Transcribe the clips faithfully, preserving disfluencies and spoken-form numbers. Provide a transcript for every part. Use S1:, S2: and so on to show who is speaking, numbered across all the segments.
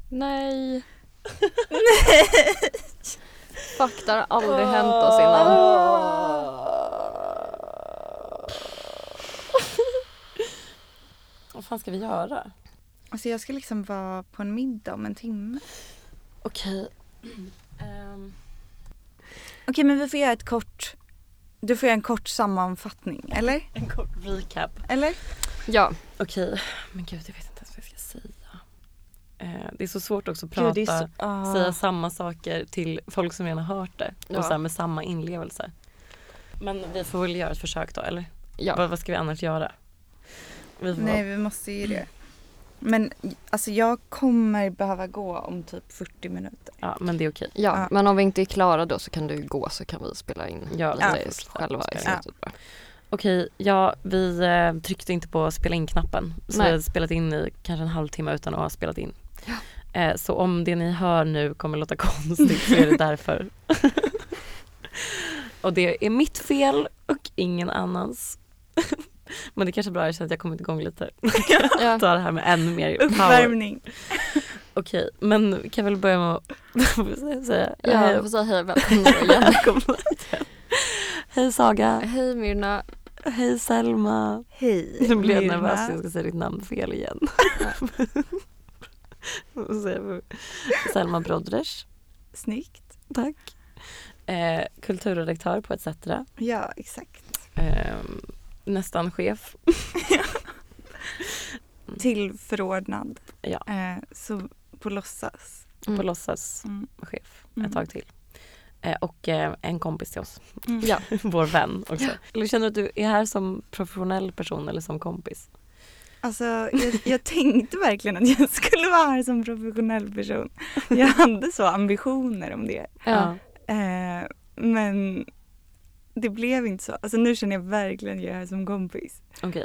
S1: Nej. Nej. Fuck, det har aldrig oh. hänt oss innan.
S2: Vad fan ska vi göra?
S3: Alltså jag ska liksom vara på en middag om en timme.
S2: Okej. Um.
S3: Okej, men vi får göra ett kort... Du får göra en kort sammanfattning, eller?
S2: En kort recap.
S3: Eller?
S1: Ja.
S2: Okej. Men gud, jag vet inte ens vad jag ska säga. Eh, det är så svårt också att prata,
S3: gud, så, uh...
S2: säga samma saker till folk som redan har hört det. Ja. Och så här med samma inlevelse. Men vi får väl göra ett försök då, eller?
S1: Ja.
S2: Vad, vad ska vi annars göra?
S3: Vi får... Nej, vi måste ju det. Men alltså jag kommer behöva gå om typ fyrtio minuter.
S2: Ja, men det är okej.
S1: Ja, ja, men om vi inte är klara då så kan du gå, så kan vi spela in
S2: ja,
S1: lite
S2: ja,
S1: själva i slutet. Ja.
S2: Okej, ja, vi eh, tryckte inte på spela in-knappen. Så Nej. vi har spelat in i kanske en halvtimme utan att ha spelat in.
S1: Ja.
S2: Eh, så om det ni hör nu kommer låta konstigt så är det därför. Och det är mitt fel och ingen annans. Men det är kanske bra att jag kommit igång lite. Ja. Ta det här med ännu mer power.
S3: Uppvärmning.
S2: Okej, men kan väl börja med att säga
S1: ja, jag får säga hej, välkomna igen.
S2: Hej Saga.
S1: Hej Myrna.
S2: Hej Selma.
S3: Hej
S2: Nu blir jag nervös att jag ska säga ditt namn fel igen. Selma Brodres.
S3: Snyggt.
S2: Tack. Eh, kulturredaktör på et cetera.
S3: Ja, exakt.
S2: Eh, nästan chef.
S3: Tillförordnad.
S2: Ja.
S3: Eh, så på låtsas.
S2: Mm. På låtsas mm. chef ett
S3: mm.
S2: tag till. Eh, och eh, en kompis till oss.
S3: Mm.
S2: Ja. Vår vän också. Eller känner du att du är här som professionell person eller som kompis?
S3: Alltså, jag, jag tänkte verkligen att jag skulle vara här som professionell person. Jag hade så ambitioner om det.
S1: Ja.
S3: Eh, men det blev inte så. Alltså nu känner jag verkligen att jag är här som kompis.
S2: Okej. Okay.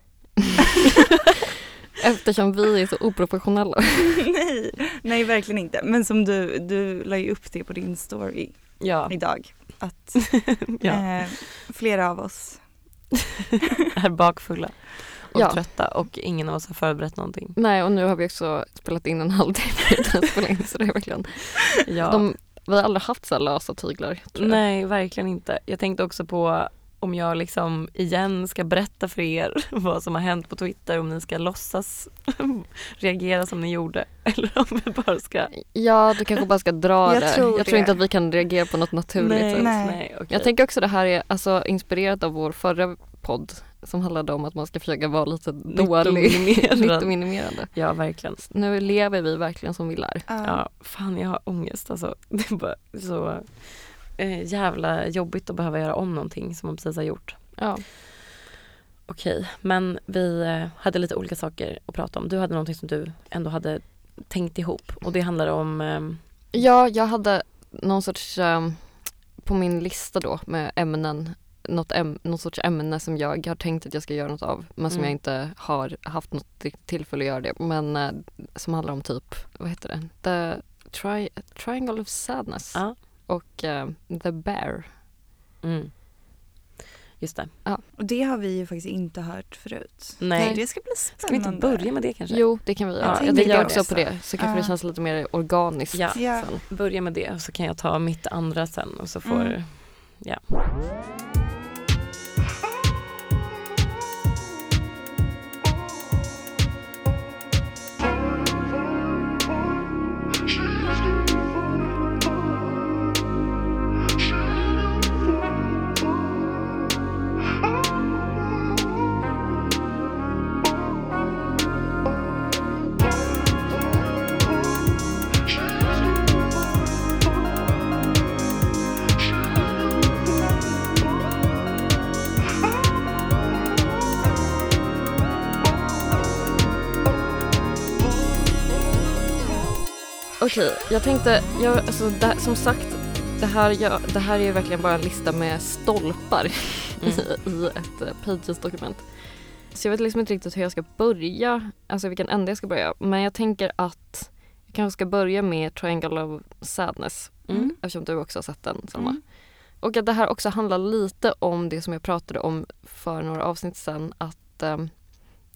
S1: Eftersom vi är så oprofessionella.
S3: nej, nej, verkligen inte. Men som du, du la ju upp det på din story
S2: ja.
S3: idag. Att ja. eh, flera av oss
S2: är bakfulla och
S1: ja.
S2: trötta och ingen av oss har förberett någonting.
S1: Nej, och nu har vi också spelat in en halvtimme utan att spela in, så det är verkligen...
S2: ja.
S1: De, vi har aldrig haft så här lösa tyglar.
S2: Nej, verkligen inte. Jag tänkte också på om jag liksom igen ska berätta för er vad som har hänt på Twitter, om ni ska låtsas reagera som ni gjorde eller om vi bara ska...
S1: Ja, du kanske bara ska dra
S3: jag
S1: det.
S3: Tror
S1: jag
S3: det.
S1: tror inte att vi kan reagera på något naturligt.
S2: Nej,
S3: nej.
S2: nej okay.
S1: Jag tänker också att det här är alltså inspirerat av vår förra podd som handlade om att man ska försöka vara lite dålig, nyttominimerande.
S2: Ja, verkligen.
S1: Nu lever vi verkligen som vi lär.
S3: Uh.
S2: Ja, fan jag har ångest alltså. Det är bara så eh, jävla jobbigt att behöva göra om någonting som man precis har gjort.
S1: Ja.
S2: Okej, men vi eh, hade lite olika saker att prata om. Du hade någonting som du ändå hade tänkt ihop och det handlar om... Eh...
S1: Ja, jag hade någon sorts... Eh, på min lista då med ämnen... Något, äm- något sorts ämne som jag har tänkt att jag ska göra något av, men som mm. jag inte har haft något tillfälle att göra det. Men eh, som handlar om typ, vad heter det? The tri- Triangle of Sadness.
S2: Ja.
S1: Och eh, The Bear.
S2: Mm. Just det.
S3: Ja. Och det har vi ju faktiskt inte hört förut.
S2: Nej.
S3: Det ska bli spännande.
S2: Ska vi inte börja med det kanske?
S1: Jo, det kan vi göra.
S3: Ja,
S1: jag tänker också
S3: det,
S1: på det. Så kanske uh. det känns lite mer organiskt.
S2: Ja,
S3: ja.
S2: Sen. Börja med det och så kan jag ta mitt andra sen och så får... Mm. Ja.
S1: Okej, jag tänkte, jag, alltså, det, som sagt, det här, jag, det här är ju verkligen bara en lista med stolpar mm. i, i ett Pages-dokument. Så jag vet liksom inte riktigt hur jag ska börja, alltså vilken ände jag ska börja. Men jag tänker att jag kanske ska börja med Triangle of Sadness,
S2: mm.
S1: eftersom du också har sett den, Selma.
S3: Mm.
S1: Och att det här också handlar lite om det som jag pratade om för några avsnitt sedan, att um,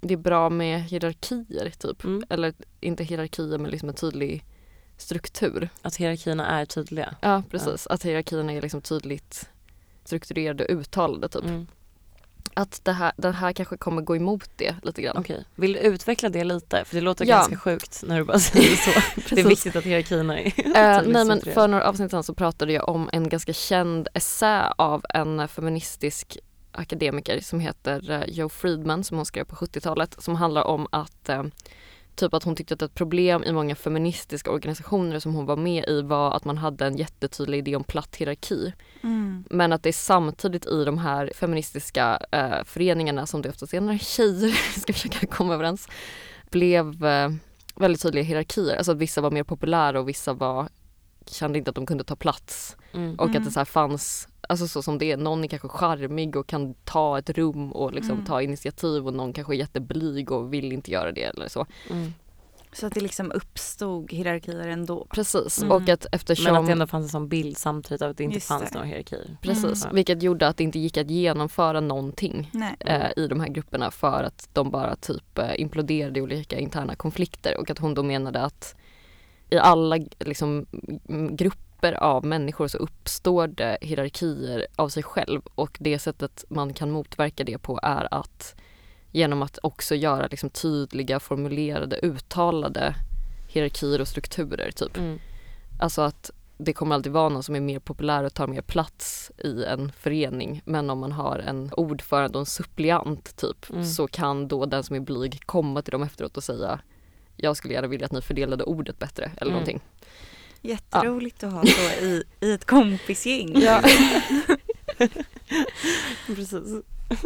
S1: det är bra med hierarkier typ.
S2: Mm.
S1: Eller inte hierarkier men liksom en tydlig struktur.
S2: Att hierarkierna är tydliga.
S1: Ja, precis. Ja. Att hierarkierna är liksom tydligt strukturerade och uttalade typ.
S2: Mm.
S1: Att det här, det här kanske kommer gå emot det lite grann.
S2: Okej. Vill du utveckla det lite? För det låter
S1: Ja.
S2: ganska sjukt när du bara säger så. Det är viktigt att hierarkierna är
S1: Uh, nej men för några avsnitt sedan så pratade jag om en ganska känd essä av en feministisk akademiker som heter uh, Jo Friedman som hon skrev på sjuttiotalet som handlar om att uh, typ att hon tyckte att ett problem i många feministiska organisationer som hon var med i var att man hade en jättetydlig idé om platt hierarki.
S3: Mm.
S1: Men att det är samtidigt i de här feministiska uh, föreningarna som det oftast är när tjejer ska försöka komma överens blev uh, väldigt tydliga hierarkier. Alltså att vissa var mer populära och vissa var kände inte att de kunde ta plats.
S2: Mm.
S1: Och
S3: Mm.
S1: att det så här fanns, alltså så som det är, någon är kanske charmig och kan ta ett rum och liksom
S3: Mm.
S1: ta initiativ och någon kanske är jätteblyg och vill inte göra det eller så.
S2: Mm.
S3: Så att det liksom uppstod hierarkier ändå.
S1: Precis,
S3: Mm.
S1: och att eftersom...
S2: Men att det ändå fanns en sån bild samtidigt av att det inte
S3: Just
S2: fanns
S3: det.
S2: några hierarkier.
S1: Precis,
S2: Mm.
S1: vilket gjorde att det inte gick att genomföra någonting
S3: Nej.
S1: eh, i de här grupperna för att de bara typ eh, imploderade i olika interna konflikter och att hon då menade att i alla liksom, m- grupper av människor så uppstår det hierarkier av sig själv och det sättet man kan motverka det på är att genom att också göra liksom, tydliga, formulerade, uttalade hierarkier och strukturer typ.
S2: Mm.
S1: Alltså att det kommer alltid vara någon som är mer populär och tar mer plats i en förening. Men om man har en ordförande och en suppleant typ
S2: Mm.
S1: så kan då den som är blyg komma till dem efteråt och säga jag skulle gärna vilja att ni fördelade ordet bättre eller
S2: Mm.
S1: någonting.
S3: Jätteroligt att ha så i, i ett kompisgäng.
S1: Ja.
S2: Precis.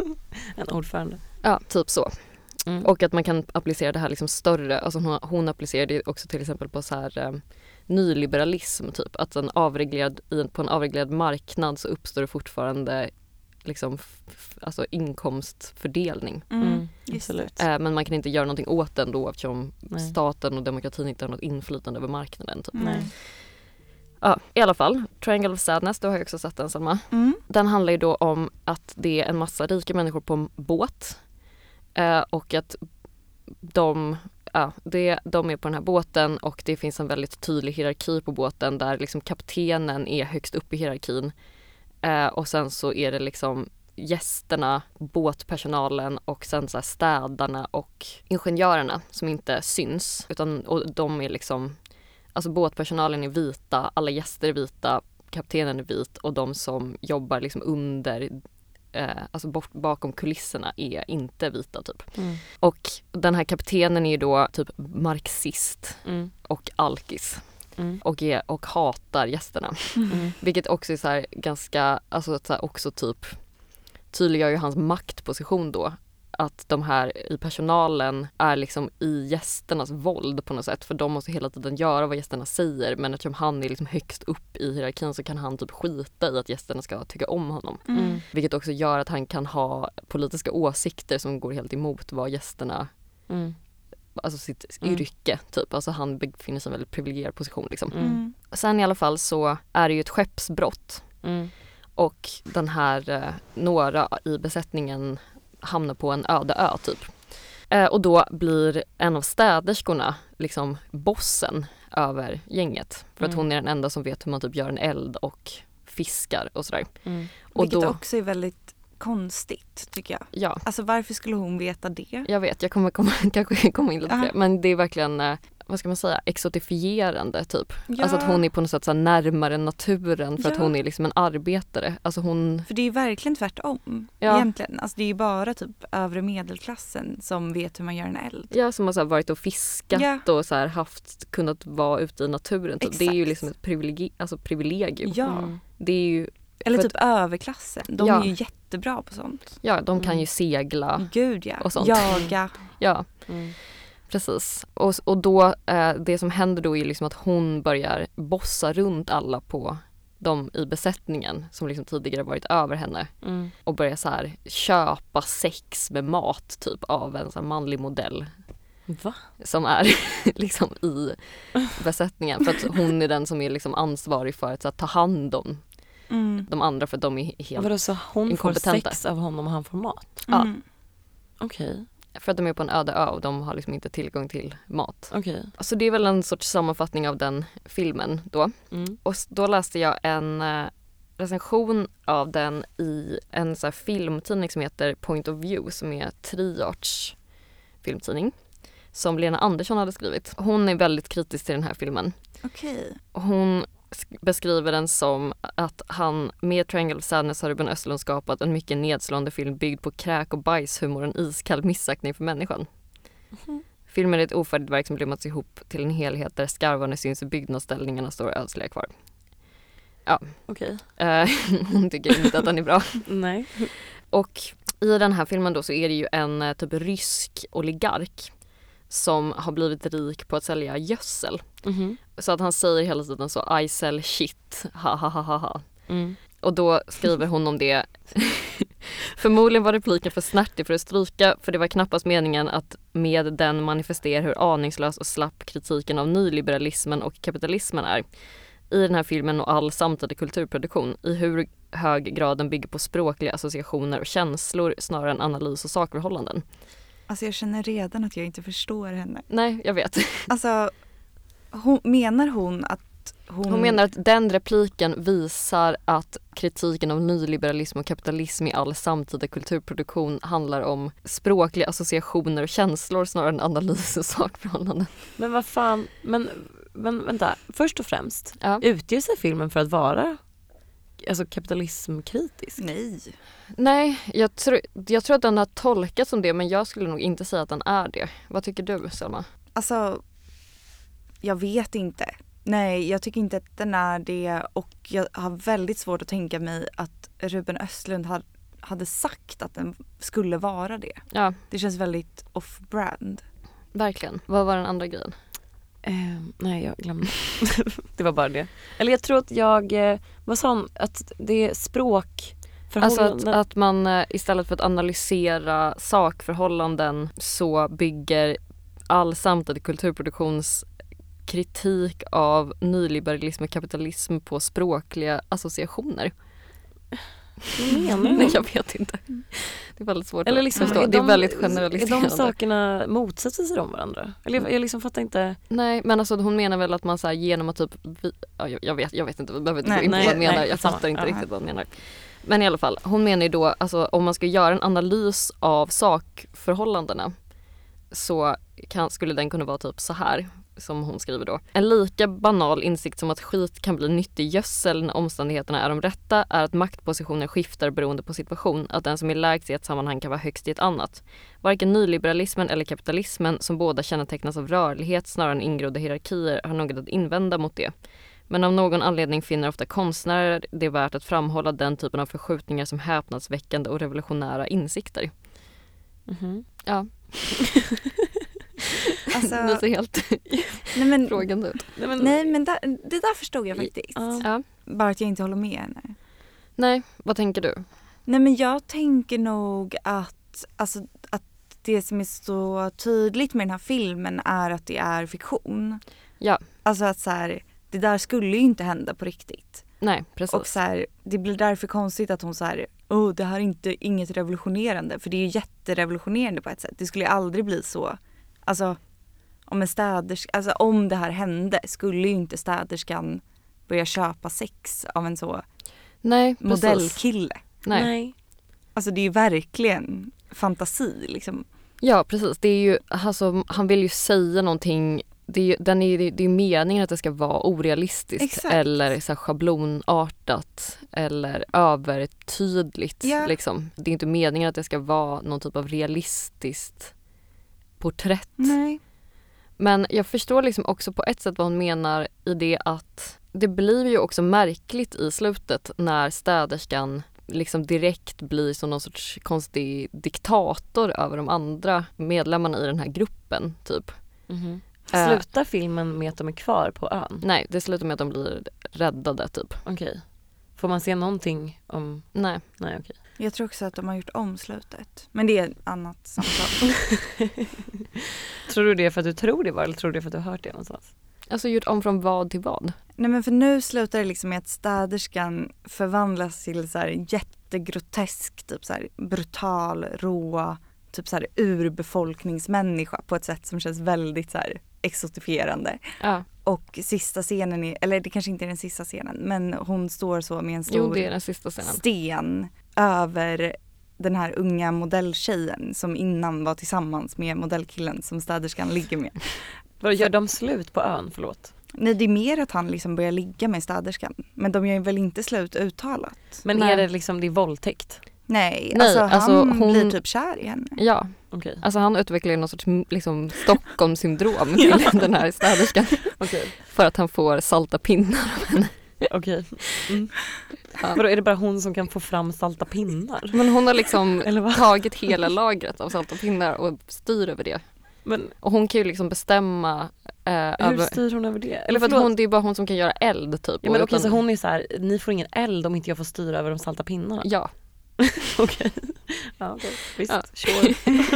S2: En ordförande.
S1: Ja, typ så.
S2: Mm.
S1: Och att man kan applicera det här liksom större. Alltså hon, hon applicerar det också till exempel på så här eh, nyliberalism typ. Att en avreglerad, i en, på en avreglerad marknad så uppstår det fortfarande liksom f, f, alltså inkomstfördelning.
S3: Mm.
S2: Mm.
S3: Just
S2: Absolut.
S1: Eh, men man kan inte göra någonting åt den då eftersom
S2: Nej.
S1: staten och demokratin inte har något inflytande över marknaden. Typ.
S3: Nej.
S1: Ja, i alla fall. Triangle of Sadness, då har jag också sett den Salma.
S3: Mm.
S1: Den handlar ju då om att det är en massa rika människor på en båt. Eh, och att de, ja, det, de är på den här båten och det finns en väldigt tydlig hierarki på båten där liksom kaptenen är högst upp i hierarkin. Eh, och sen så är det liksom gästerna, båtpersonalen och sen så här städarna och ingenjörerna som inte syns. Utan, och de är liksom, alltså båtpersonalen är vita, alla gäster är vita, kaptenen är vit och de som jobbar liksom under, eh, alltså bort, bakom kulisserna är inte vita typ.
S2: Mm.
S1: Och den här kaptenen är ju då typ marxist
S2: Mm.
S1: och alkis
S2: Mm.
S1: och, är, och hatar gästerna.
S2: Mm.
S1: Vilket också är så här ganska, alltså så här också typ tydliggör ju hans maktposition då. Att de här i personalen är liksom i gästernas våld på något sätt. För de måste hela tiden göra vad gästerna säger. Men eftersom han är liksom högst upp i hierarkin så kan han typ skita i att gästerna ska tycka om honom.
S2: Mm.
S1: Vilket också gör att han kan ha politiska åsikter som går helt emot vad gästerna,
S2: Mm.
S1: alltså sitt
S2: Mm.
S1: yrke typ. Alltså han befinner sig i en väldigt privilegierad position liksom.
S2: Mm.
S3: Mm.
S1: Sen i alla fall så är det ju ett skeppsbrott.
S2: Mm.
S1: Och den här, eh, några i besättningen hamnar på en öde ö typ. Eh, och då blir en av städerskorna liksom bossen över gänget. För att
S2: Mm.
S1: hon är den enda som vet hur man typ gör en eld och fiskar och sådär.
S2: Mm.
S1: Och
S3: Vilket
S1: då,
S3: också är väldigt konstigt tycker jag.
S1: ja,
S3: Alltså varför skulle hon veta det?
S1: jag vet, jag kommer komma, kanske komma in lite på
S3: Ja.
S1: det. Men det är verkligen, eh, vad ska man säga, exotifierande typ.
S3: Ja.
S1: Alltså att hon är på något sätt så här närmare naturen för att
S3: Ja.
S1: hon är liksom en arbetare. Alltså hon,
S3: För det är ju verkligen tvärtom
S1: Ja.
S3: egentligen. Alltså det är ju bara typ övre medelklassen som vet hur man gör en eld.
S1: ja, som har så här varit och fiskat
S3: Ja.
S1: och så här haft, kunnat vara ute i naturen. Typ. Det är ju
S3: Exakt.
S1: liksom ett privilegi, alltså privilegium.
S3: Ja.
S2: Mm.
S1: Det är ju,
S3: Eller
S1: För
S3: typ överklassen. De
S1: Ja.
S3: är ju jättebra på sånt.
S1: ja, de kan
S2: Mm.
S1: ju segla.
S3: Gud ja.
S1: Och sånt.
S3: Jaga.
S1: Ja,
S2: Mm.
S1: precis. Och, och då, eh, det som händer då är liksom att hon börjar bossa runt alla på de i besättningen som liksom tidigare varit över henne.
S2: Mm.
S1: Och börjar så här köpa sex med mat typ av en så här manlig modell.
S2: Va?
S1: Som är liksom i besättningen. För att hon är den som är liksom ansvarig för att så här, ta hand om
S3: Mm.
S1: de andra för att de är helt...
S2: Vadå, så hon får
S1: inkompetenta.
S2: sex av honom och han får mat?
S1: Ja.
S3: Mm.
S2: Okej.
S1: För att de är på en öde ö och de har liksom inte tillgång till mat.
S2: Okej.
S1: Så det är väl en sorts sammanfattning av den filmen då.
S2: Mm.
S1: Och då läste jag en eh, recension av den i en så här filmtidning som heter Point of View, som är Triarts filmtidning, som Lena Andersson hade skrivit. Hon är väldigt kritisk till den här filmen.
S3: Okej.
S1: Hon sk- beskriver den som att han med Triangle of Sadness har Ruben Östlund skapat en mycket nedslående film byggd på kräk och bajshumor och en iskall missaktning för människan.
S2: Mm.
S1: Filmen är ett ofärdigt verk som limmats ihop till en helhet där skarvarna syns och byggnadsställningarna står ödsliga kvar. Ja,
S2: Okej.
S1: eh, hon tycker inte att den är bra.
S2: Nej.
S1: Och i den här filmen då så är det ju en eh, typ rysk oligark som har blivit rik på att sälja gödsel.
S2: Mhm.
S1: Så att han säger hela tiden så I sell shit, ha ha ha ha ha.
S2: Mm.
S1: Och då skriver hon om det. Förmodligen var repliken för snärtig för att stryka, för det var knappast meningen att med den manifestera hur aningslös och slapp kritiken av nyliberalismen och kapitalismen är. I den här filmen och all samtidig kulturproduktion, i hur hög grad den bygger på språkliga associationer och känslor snarare än analys och sakförhållanden.
S3: Alltså jag känner redan att jag inte förstår henne.
S1: Nej, jag vet.
S3: Alltså, hon, menar hon att hon...
S1: Hon menar att den repliken visar att kritiken av nyliberalism och kapitalism i all samtida kulturproduktion handlar om språkliga associationer och känslor snarare än analys och sakförhållanden.
S2: Men vad fan, men, men vänta, först och främst,
S1: Ja.
S2: utger sig filmen för att vara alltså kapitalismkritisk?
S3: Nej.
S1: Nej, jag, tr- jag tror att den har tolkats som det, men jag skulle nog inte säga att den är det. Vad tycker du, Selma?
S3: Alltså, jag vet inte. Nej, jag tycker inte att den är det, och jag har väldigt svårt att tänka mig att Ruben Östlund har, hade sagt att den skulle vara det.
S1: Ja,
S3: Det känns väldigt off-brand.
S1: verkligen. Vad var den andra grejen?
S2: Eh, nej, jag glömde. Det var bara det. Eller jag tror att jag, eh, vad sa hon? Att det är språk...
S1: Alltså att, att man eh, istället för att analysera sakförhållanden så bygger all samtidig kulturproduktions kritik av nyliberalism och kapitalism på språkliga associationer.
S2: Vad menar du?
S1: Nej, jag vet inte. Det är väldigt svårt
S2: Eller
S1: att
S2: liksom,
S1: förstå.
S2: är
S1: Det är
S2: de-
S1: väldigt
S2: Är
S1: generaliserande.
S2: de sakerna motsätter sig de varandra? Eller jag, jag liksom fattar inte.
S1: Nej, men alltså hon menar väl att man så här, genom att typ vi, ja, jag, jag vet jag vet inte, vi behöver inte
S3: Nej,
S1: gå in på
S2: nej,
S1: vad hon menar.
S2: nej,
S1: Jag
S2: samma.
S1: fattar inte
S2: Aha.
S1: riktigt vad hon menar. Men i alla fall, hon menar ju då alltså om man ska göra en analys av sakförhållandena så kan, skulle den kunna vara typ så här som hon skriver då. En lika banal insikt som att skit kan bli nyttig gödsel när omständigheterna är de rätta är att maktpositioner skiftar beroende på situation, att den som är lägst i ett sammanhang kan vara högst i ett annat. Varken nyliberalismen eller kapitalismen, som båda kännetecknas av rörlighet snarare än ingrodda hierarkier, har något att invända mot det. Men av någon anledning finner ofta konstnärer det värt att framhålla den typen av förskjutningar som häpnadsväckande och revolutionära insikter.
S2: Mhm.
S1: Ja,
S3: Alltså,
S1: det ser helt
S3: nej men,
S1: frågande ut.
S2: Nej, men,
S3: nej, men där, det där förstod jag faktiskt.
S2: Ja.
S1: Ja.
S3: Bara att jag inte håller med henne.
S1: Nej, vad tänker du?
S3: Nej, men jag tänker nog att, alltså, att det som är så tydligt med den här filmen är att det är fiktion.
S1: Ja.
S3: Alltså att så här, det där skulle ju inte hända på riktigt.
S1: Nej, precis.
S3: Och så här, det blir därför konstigt att hon så här, oh, det här är inte inget revolutionerande. För det är ju jätterevolutionerande på ett sätt. Det skulle ju aldrig bli så. Alltså om en städerska, alltså om det här hände skulle ju inte städerskan börja köpa sex av en så
S1: Nej, precis.
S3: modellkille.
S1: Nej.
S2: Nej.
S3: Alltså det är ju verkligen fantasi liksom.
S1: Ja, precis. Det är ju, alltså, han vill ju säga någonting. Det är ju, den är, det är meningen att det ska vara orealistiskt.
S3: Exakt.
S1: Eller så här, schablonartat eller övertydligt.
S3: Ja.
S1: Liksom. Det är inte meningen att det ska vara någon typ av realistiskt porträtt.
S3: Nej.
S1: Men jag förstår liksom också på ett sätt vad hon menar i det att det blir ju också märkligt i slutet när städerskan liksom direkt blir som någon sorts konstig diktator över de andra medlemmarna i den här gruppen typ.
S2: Mhm.
S1: Eh.
S2: Slutar filmen med att de är kvar på ön?
S1: Nej, det slutar med att de blir räddade typ.
S2: Okej. Får man se någonting om...
S1: Nej.
S2: Nej, okej.
S3: Jag tror också att de har gjort omslutet. Men det är ett annat samtal.
S2: Tror du det för att du tror det var eller tror du det för att du har hört det någonstans?
S1: Alltså gjort om från vad till vad?
S3: Nej, men för nu slutar det liksom med att städerskan förvandlas till så här jättegrotesk, typ så här brutal, rå typ så här urbefolkningsmänniska på ett sätt som känns väldigt så här exotifierande.
S1: Ja.
S3: Och sista scenen, är, eller det kanske inte är den sista scenen, men hon står så med en stor
S1: Jo, det är den sista scenen.
S3: sten över den här unga modelltjejen som innan var tillsammans med modellkillen som städerskan ligger med.
S2: Vad gör de slut på ön, förlåt?
S3: Nej, det är mer att han liksom börjar ligga med städerskan. Men de gör väl inte slut uttalat?
S2: Men
S1: Nej.
S2: är det liksom det är våldtäkt?
S3: Nej,
S1: Nej,
S3: alltså,
S1: alltså,
S3: han
S1: hon-
S3: blir typ kär i henne.
S1: Ja,
S2: Okej.
S1: alltså han utvecklar ju någon sorts liksom, Stockholmssyndrom till den här städerskan.
S2: Okej.
S1: För att han får salta pinnar.
S2: Okej. Mm.
S1: Ja.
S2: Vadå, är det bara hon som kan få fram salta pinnar?
S1: Men hon har liksom
S2: Eller vad?
S1: tagit hela lagret av salta pinnar och styr över det.
S2: Men
S1: Och hon kan ju liksom bestämma eh,
S2: hur
S1: över...
S2: styr hon över det? Eller
S1: Eller för att
S2: förlåt.
S1: hon, det är bara hon som kan göra eld typ.
S2: Ja, men
S1: och
S2: okej,
S1: utan-
S2: så hon är så här, ni får ingen eld om inte jag får styra över de salta pinnarna?
S1: Ja.
S2: Okej. Ja, okej. Visst,
S1: Ja.
S2: sure.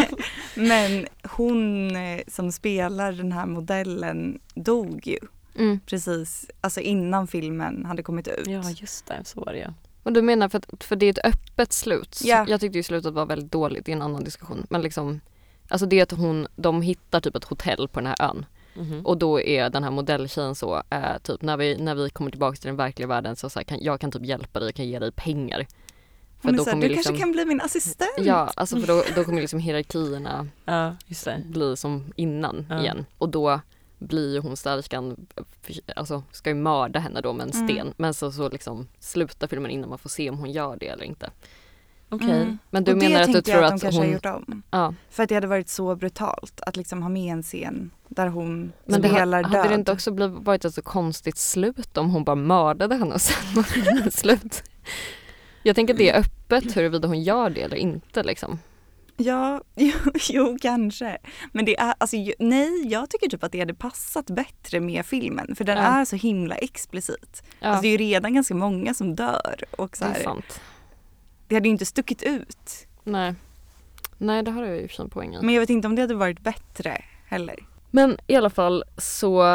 S3: Men hon eh, som spelar den här modellen dog ju
S1: Mm.
S3: precis, alltså innan filmen hade kommit ut.
S2: Ja, just det. Så var det ja.
S1: Och du menar för, att, för det är ett öppet slut.
S3: Ja.
S1: Jag tyckte ju slutet var väldigt dåligt i en annan diskussion. Men liksom, alltså det är att hon, de hittar typ ett hotell på den här ön.
S2: Mhm.
S1: Och då är den här modelltjejen så, eh, typ när vi, när vi kommer tillbaka till den verkliga världen så, så här, kan, jag kan typ hjälpa dig, jag kan ge dig pengar. För
S3: Hon är
S1: då
S3: så här,
S1: kommer
S3: du
S1: liksom,
S3: kanske kan bli min assistent.
S1: Ja, alltså för då, då kommer liksom hierarkierna
S2: Ja, just det.
S1: bli som innan
S2: Ja.
S1: igen. Och då blir ju hon städerskan, alltså ska ju mörda henne då med en sten.
S3: Mm.
S1: Men så, så liksom slutar filmen innan man får se om hon gör det eller inte.
S2: Okej.
S3: Mm.
S1: Men du
S3: och
S1: menar
S3: det
S1: att du
S3: tänkte
S1: tror
S3: jag att
S1: att
S3: de kanske
S1: hon...
S3: har gjort om.
S1: Ja.
S3: För att det hade varit så brutalt att liksom ha med en scen där hon
S1: Men det
S3: spelar
S1: ha-
S3: död.
S1: hade det inte också blivit, varit ett så konstigt slut om hon bara mördade henne och sen var filmen slut? Jag tänker att det är öppet huruvida hon gör det eller inte liksom.
S3: Ja, jo, jo kanske. Men det är, alltså ju- nej, jag tycker typ att det hade passat bättre med filmen. För den
S1: Ja.
S3: är så himla explicit.
S1: Ja,
S3: Alltså det är ju redan ganska många som dör. Och så
S1: det är
S3: här,
S1: sant.
S3: det hade ju inte stuckit ut.
S1: Nej. Nej, det har jag ju i och för sig en poäng i.
S3: Men jag vet inte om det hade varit bättre heller.
S1: Men i alla fall så,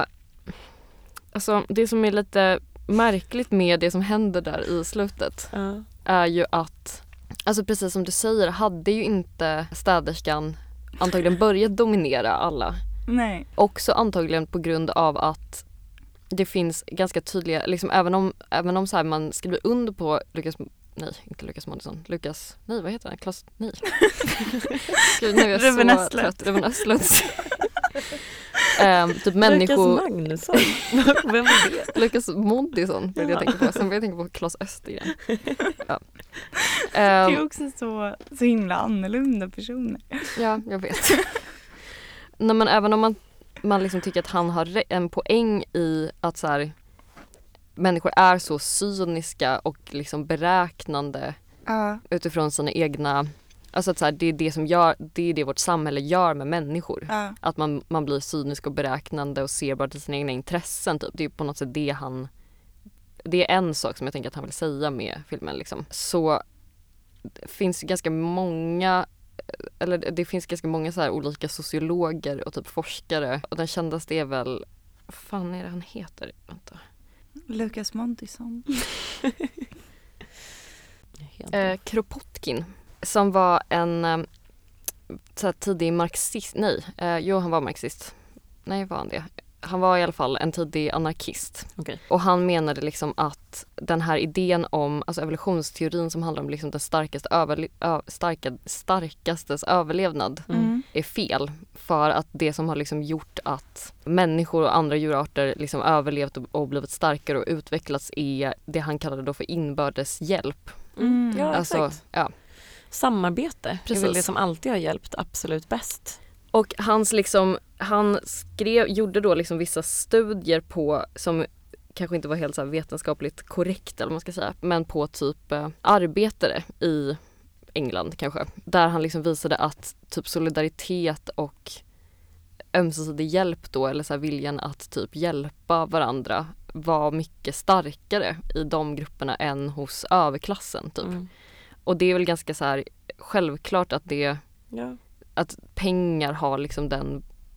S1: alltså det som är lite märkligt med det som händer där i slutet
S2: Ja.
S1: är ju att, alltså precis som du säger, hade ju inte städerskan antagligen börjat dominera alla.
S3: Nej.
S1: Också antagligen på grund av att det finns ganska tydliga, liksom även om, även om så här man skriver under på Lukas, nej inte Lukas Moodysson, Lukas, nej vad heter han, Klas, nej. Gud, nu är jag
S3: Ruben
S1: så
S3: Östlund.
S1: trött, Ruben Östlunds. um, typ människor,
S2: Lukas Magnusson. Vem är det?
S1: Lukas Moodysson vill jag
S2: Ja.
S1: tänka på, sen vill jag tänka på Klas Östergren. Ja.
S3: Det är
S1: Um,
S3: också så, så himla annorlunda personer.
S1: Ja, jag vet. Nej, men även om man, man liksom tycker att han har re- en poäng i att så här, människor är så cyniska och liksom beräknande
S3: Ja.
S1: utifrån sina egna... Alltså att så här, det är det som gör, det är det vårt samhälle gör med människor.
S3: Ja.
S1: Att man, man blir cynisk och beräknande och ser bara till sina egna intressen. Typ. Det är på något sätt det han... Det är en sak som jag tänker att han vill säga med filmen. Liksom. Så det finns ganska många... Eller det finns ganska många så här olika sociologer och typ forskare. Och den kändaste är väl... Vad fan är det han heter? Vänta.
S3: Lukas Moodysson.
S1: Eh, Kropotkin. Som var en eh, så här, tidig marxist. Nej, eh, jo han var marxist. Nej, var han det? Han var i alla fall en tidig anarkist.
S2: Okej.
S1: Och han menade liksom att den här idén om, alltså evolutionsteorin som handlar om liksom den starkaste överle- ö- starka, starkastes överlevnad
S2: Mm.
S1: är fel. För att det som har liksom gjort att människor och andra djurarter liksom överlevt och, och blivit starkare och utvecklats är det han kallade då för inbördes hjälp.
S2: Mm. Ja,
S1: Alltså,
S2: exakt.
S1: ja.
S2: Samarbete är
S1: Precis.
S2: väl det som alltid har hjälpt absolut bäst.
S1: Och hans liksom, han skrev, gjorde då liksom vissa studier på, som kanske inte var helt så här vetenskapligt korrekt eller vad man ska säga, men på typ eh, arbetare i England kanske. Där han liksom visade att typ solidaritet och ömsesidig hjälp då, eller så här viljan att typ hjälpa varandra var mycket starkare i de grupperna än hos överklassen typ.
S2: Mm.
S1: Och det är väl ganska så här självklart att det
S2: Ja.
S1: att pengar har liksom den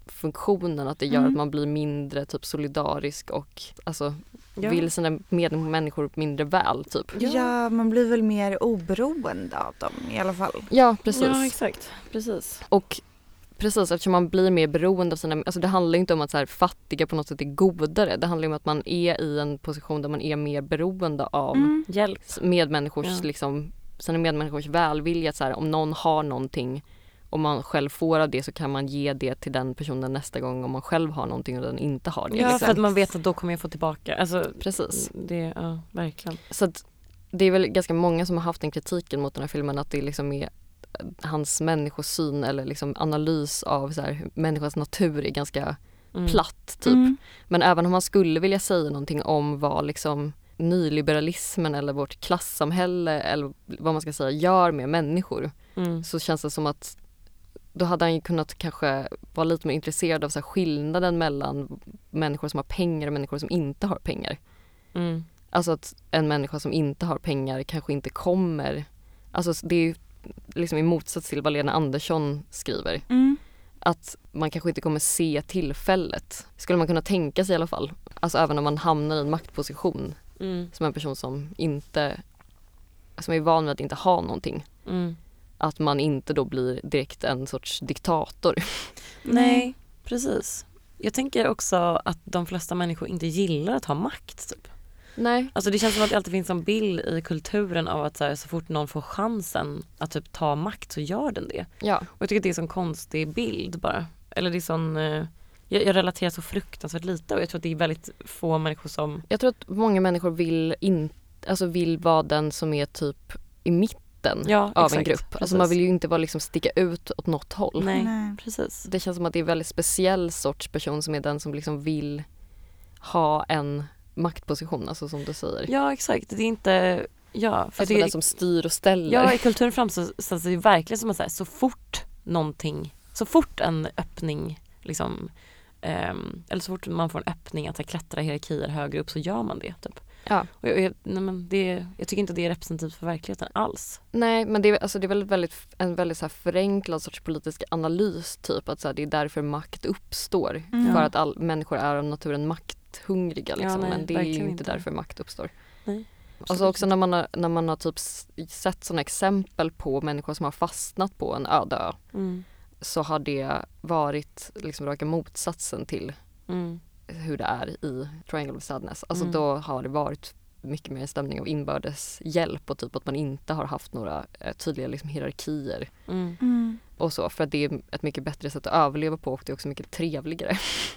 S1: funktionen, att det gör
S3: Mm.
S1: att man blir mindre typ solidarisk och alltså
S2: Ja.
S1: vill sina medmänniskor mindre väl typ.
S3: Ja. ja, man blir väl mer oberoende av dem i alla fall.
S1: Ja, precis.
S2: Ja, exakt. Precis.
S1: Och precis, eftersom man blir mer beroende av sina... Alltså det handlar ju inte om att så här, fattiga på något sätt är godare. Det handlar ju om att man är i en position där man är mer beroende av
S3: Mm.
S2: Hjälp.
S1: medmänniskors,
S2: Ja.
S1: liksom, sina medmänniskors välvilja. Så här, om någon har någonting och man själv får av det, så kan man ge det till den personen nästa gång om man själv har någonting och den inte har det.
S2: Ja,
S1: liksom.
S2: för att man vet att då kommer jag få tillbaka. Alltså,
S1: Precis.
S2: det, ja, verkligen.
S1: Så att det är väl ganska många som har haft den kritiken mot den här filmen, att det liksom är hans människosyn eller liksom analys av så här, människans natur är ganska
S2: Mm.
S1: platt typ.
S3: Mm.
S1: Men även om man skulle vilja säga någonting om vad liksom nyliberalismen eller vårt klassamhälle eller vad man ska säga gör med människor,
S2: Mm.
S1: så känns det som att då hade han ju kunnat kanske vara lite mer intresserad av så här, skillnaden mellan människor som har pengar och människor som inte har pengar.
S2: Mm.
S1: Alltså att en människa som inte har pengar kanske inte kommer, alltså det är ju liksom i motsats till vad Lena Andersson skriver,
S3: Mm.
S1: att man kanske inte kommer se tillfället. Skulle man kunna tänka sig i alla fall. Alltså även om man hamnar i en maktposition
S2: Mm.
S1: som en person som inte, som är van vid att inte ha någonting.
S2: Mm.
S1: Att man inte då blir direkt en sorts diktator.
S2: Nej, precis. Jag tänker också att de flesta människor inte gillar att ha makt typ.
S1: Nej.
S2: Alltså det känns som att det alltid finns en bild i kulturen av att så, här, så fort någon får chansen att typ ta makt så gör den det.
S1: Ja.
S2: Och jag tycker att det är en sån konstig bild bara. Eller det är sån, eh, jag, jag relaterar så fruktansvärt lite och jag tror att det är väldigt få människor som...
S1: Jag tror att många människor vill, in, alltså vill vara den som är typ i mitten
S2: Ja,
S1: av
S2: exakt.
S1: en grupp.
S2: Precis.
S1: Alltså man vill ju inte vara liksom sticka ut åt något håll.
S2: Nej,
S3: Nej.
S2: precis.
S1: Det känns som att det är en väldigt speciell sorts person som är den som liksom vill ha en maktposition, alltså som du säger.
S2: Ja, exakt. Det är inte... Ja, för
S1: Alltså
S2: jag tycker,
S1: den som styr och ställer.
S2: ja, i kulturen framställs det ju verkligen som att så, här, så fort någonting, så fort en öppning liksom, ehm, eller så fort man får en öppning att så här, klättra hierarkier högre upp så gör man det typ.
S1: Ja.
S2: Och jag, jag, nej, men det, jag tycker inte det är representativt för verkligheten alls.
S1: Nej, men det är, alltså det är väldigt, väldigt, en väldigt så här förenklad sorts politisk analys typ, att så här, det är därför makt uppstår.
S3: Mm.
S1: För
S2: Ja.
S1: att all, människor är av naturen makthungriga liksom,
S2: Ja, nej,
S1: men det är ju
S2: verkligen
S1: inte
S2: inte.
S1: därför makt uppstår.
S2: Nej.
S1: Och så också när man har, när man har typ s- sett sådana exempel på människor som har fastnat på en öde ö,
S2: Mm.
S1: så har det varit liksom raka motsatsen till
S2: Mm.
S1: hur det är i Triangle of Sadness. Alltså
S2: Mm.
S1: då har det varit mycket mer en stämning av inbördes hjälp och typ att man inte har haft några eh, tydliga liksom, hierarkier
S2: Mm.
S3: Mm.
S1: och så, för att det är ett mycket bättre sätt att överleva på och det är också mycket trevligare.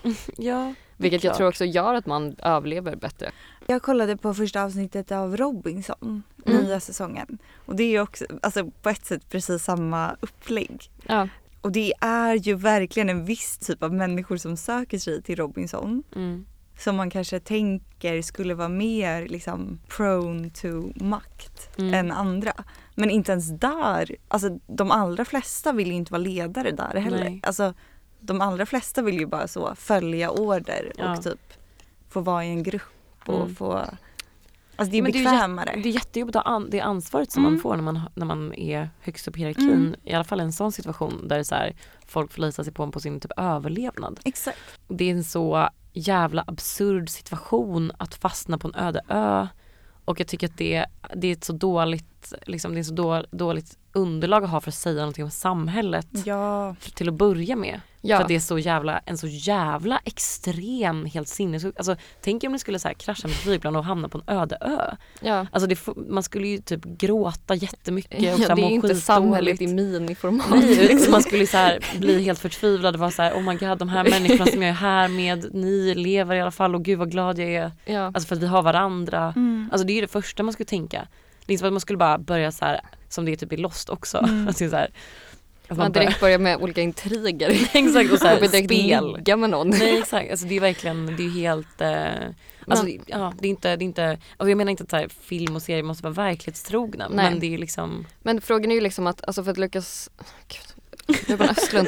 S2: Ja,
S1: Vilket jag
S2: klart.
S1: tror också gör att man överlever bättre.
S3: Jag kollade på första avsnittet av Robinson,
S1: Mm.
S3: nya säsongen. Och det är ju också alltså, på ett sätt precis samma upplägg.
S1: Ja.
S3: Och det är ju verkligen en viss typ av människor som söker sig till Robinson.
S2: Mm.
S3: Som man kanske tänker skulle vara mer liksom prone to makt
S2: Mm.
S3: än andra. Men inte ens där, alltså de allra flesta vill ju inte vara ledare där heller.
S2: Nej.
S3: Alltså de allra flesta vill ju bara så följa order
S2: Ja.
S3: och typ få vara i en grupp och
S2: Mm.
S3: få, alltså det är
S2: Men det är ju
S3: bekvämare.
S2: Det är jättejobbigt att ha an- det ansvaret som
S3: Mm.
S2: man får när man, när man är högst upp i hierarkin.
S3: Mm.
S2: I alla fall en sån situation där det är så här, folk förlitar sig på en på sin typ överlevnad.
S3: Exakt.
S2: Det är en så jävla absurd situation att fastna på en öde ö. Och jag tycker att det, det är ett så dåligt, liksom, det är så då, dåligt underlag att ha för att säga någonting om samhället
S3: Ja.
S2: till att börja med.
S1: Ja.
S2: För att det är så jävla, en så jävla extrem, helt sinnessjuk. Alltså tänk om ni skulle så här krascha med flygplan och hamna på en öde ö.
S1: Ja.
S2: Alltså det, får- man skulle ju typ gråta jättemycket och
S1: Ja,
S2: så här
S1: det är
S2: må
S1: ju inte
S2: skitdåligt.
S1: samhället i miniformat.
S2: Nej, liksom, man skulle så här bli helt förtvivlad och vara så här, oh my god, de här människorna som jag är här med, ni lever i alla fall och gud vad glad jag är.
S1: Ja.
S2: Alltså för att vi har varandra.
S3: Mm.
S2: Alltså det är ju det första man skulle tänka. Det är som att man skulle bara börja så här, som det är typ i Lost också.
S3: Mm.
S2: Alltså så här, att
S1: Man direkt börjar med olika intriger.
S2: Exakt, och så här,
S1: Och börjar direkt
S2: spel.
S1: ligga med någon.
S2: Nej exakt, alltså det är verkligen, det är ju helt eh, alltså,
S1: Men-
S2: ja, det är inte, det är inte, alltså jag menar inte att så här, film och serier måste vara verklighetstrogna.
S1: Nej.
S2: Men det är liksom
S1: Men frågan är ju liksom att, alltså för att lyckas, gud, Ruben Östlund.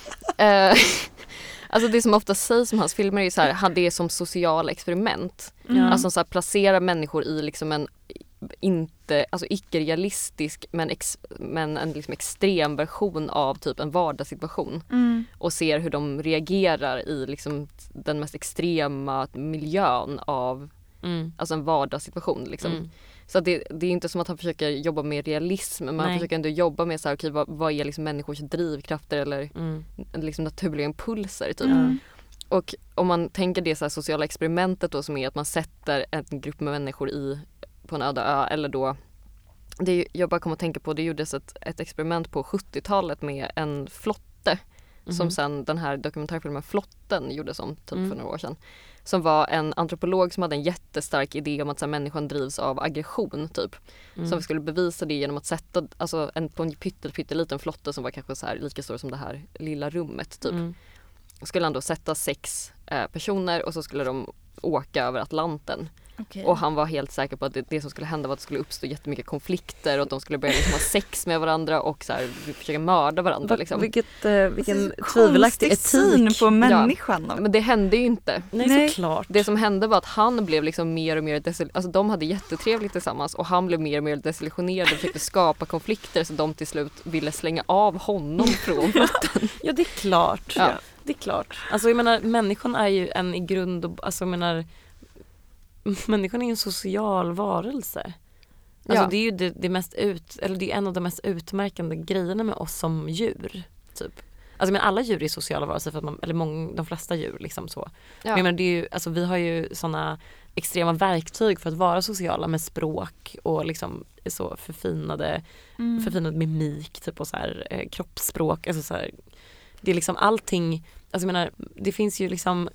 S1: eh, alltså det som ofta sägs om hans filmer är ju så här, han det är som sociala experiment.
S2: Ja.
S1: Alltså så här, placera människor i liksom en inte, alltså icke-realistisk men, ex, men en liksom extrem version av typ en vardagssituation
S3: Mm.
S1: och ser hur de reagerar i liksom den mest extrema miljön av
S2: Mm.
S1: alltså en vardagssituation liksom.
S2: Mm.
S1: Så att det, det är inte som att han försöker jobba med realism, men
S2: Nej.
S1: han försöker ändå jobba med så här, okay, vad, vad är liksom människors drivkrafter eller
S2: Mm.
S1: liksom naturliga impulser typ.
S3: Mm.
S1: Och om man tänker det så här sociala experimentet då, som är att man sätter en grupp med människor i på en öde ö, eller då det är, jag bara kommer att tänka på, det gjordes ett, ett experiment på sjuttiotalet med en flotte
S2: Mhm.
S1: som sen den här dokumentärfilmen Flotten gjordes om typ
S2: Mm.
S1: för några år sedan. Som var en antropolog som hade en jättestark idé om att så här, människan drivs av aggression typ.
S2: Mm.
S1: Som skulle bevisa det genom att sätta alltså, en, på en pyttel, pytteliten flotte som var kanske så här, lika stor som det här lilla rummet typ.
S2: Mm.
S1: Skulle han då sätta sex eh, personer och så skulle de åka över Atlanten.
S3: Okej.
S1: Och han var helt säker på att det, det som skulle hända var att det skulle uppstå jättemycket konflikter och att de skulle börja liksom ha sex med varandra och så här, försöka mörda varandra. Liksom.
S2: Vilket, eh, vilken
S3: Alltså,
S2: tvivelaktig
S3: konstig
S2: etik.
S3: syn på människan. då.
S1: Men det hände ju inte.
S2: Nej,
S3: Nej.
S2: såklart.
S1: Det som hände var att han blev liksom mer och mer desil- alltså de hade jättetrevligt tillsammans och han blev mer och mer desillusionerad och försökte skapa konflikter så de till slut ville slänga av honom från flotten.
S2: Ja, det är klart.
S1: Ja.
S2: Det är klart. Alltså jag menar, människan är ju en i grund och, alltså jag menar, människan är ju en social varelse. Alltså
S1: Ja.
S2: det är ju det, det mest ut, eller det är en av de mest utmärkande grejerna med oss som djur, typ. Alltså men alla djur är sociala varelser, för att man, eller många, de flesta djur liksom så. Men jag menar, det är ju, alltså vi har ju såna extrema verktyg för att vara sociala med språk och liksom så förfinade,
S3: Mm.
S2: förfinad mimik typ och så här, eh, kroppsspråk, alltså så här, det är liksom allting, alltså jag menar, det finns ju liksom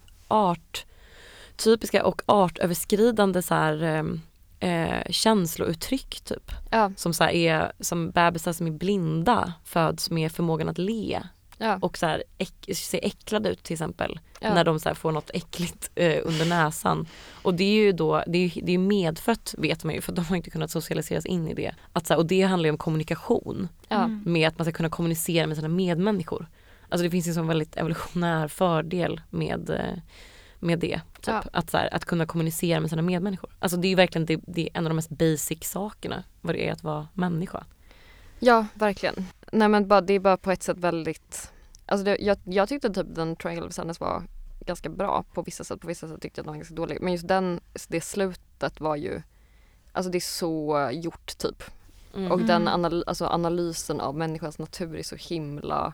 S2: arttypiska och artöverskridande så här eh, eh, känslouttryck typ,
S1: Ja,
S2: som så här är som bebisar som är blinda föds med förmågan att le
S1: ja,
S2: och så här äck, ser äcklade ut till exempel
S1: ja.
S2: när de så här får något äckligt eh, under näsan. Och det är ju då, det är ju det är medfött vet man ju, för de har inte kunnat socialiseras in i det. Att, så här, och det handlar ju om kommunikation,
S1: Ja.
S3: Mm.
S2: med att man ska kunna kommunicera med sina medmänniskor. Alltså det finns ju en sån väldigt evolutionär fördel med, eh, med det. Typ.
S1: Ja.
S2: Att, så här, att kunna kommunicera med sina medmänniskor. Alltså det är ju verkligen det, det är en av de mest basic sakerna vad det är att vara människa.
S1: Ja, verkligen. Nej men bara, det är bara på ett sätt väldigt, alltså det, jag, jag tyckte typ den Triangle of Sadness var ganska bra på vissa sätt, på vissa sätt tyckte jag att den var ganska dålig. Men just den, det slutet var ju, alltså det är så gjort typ.
S2: Mm.
S1: Och den anal- alltså analysen av människans natur är så himla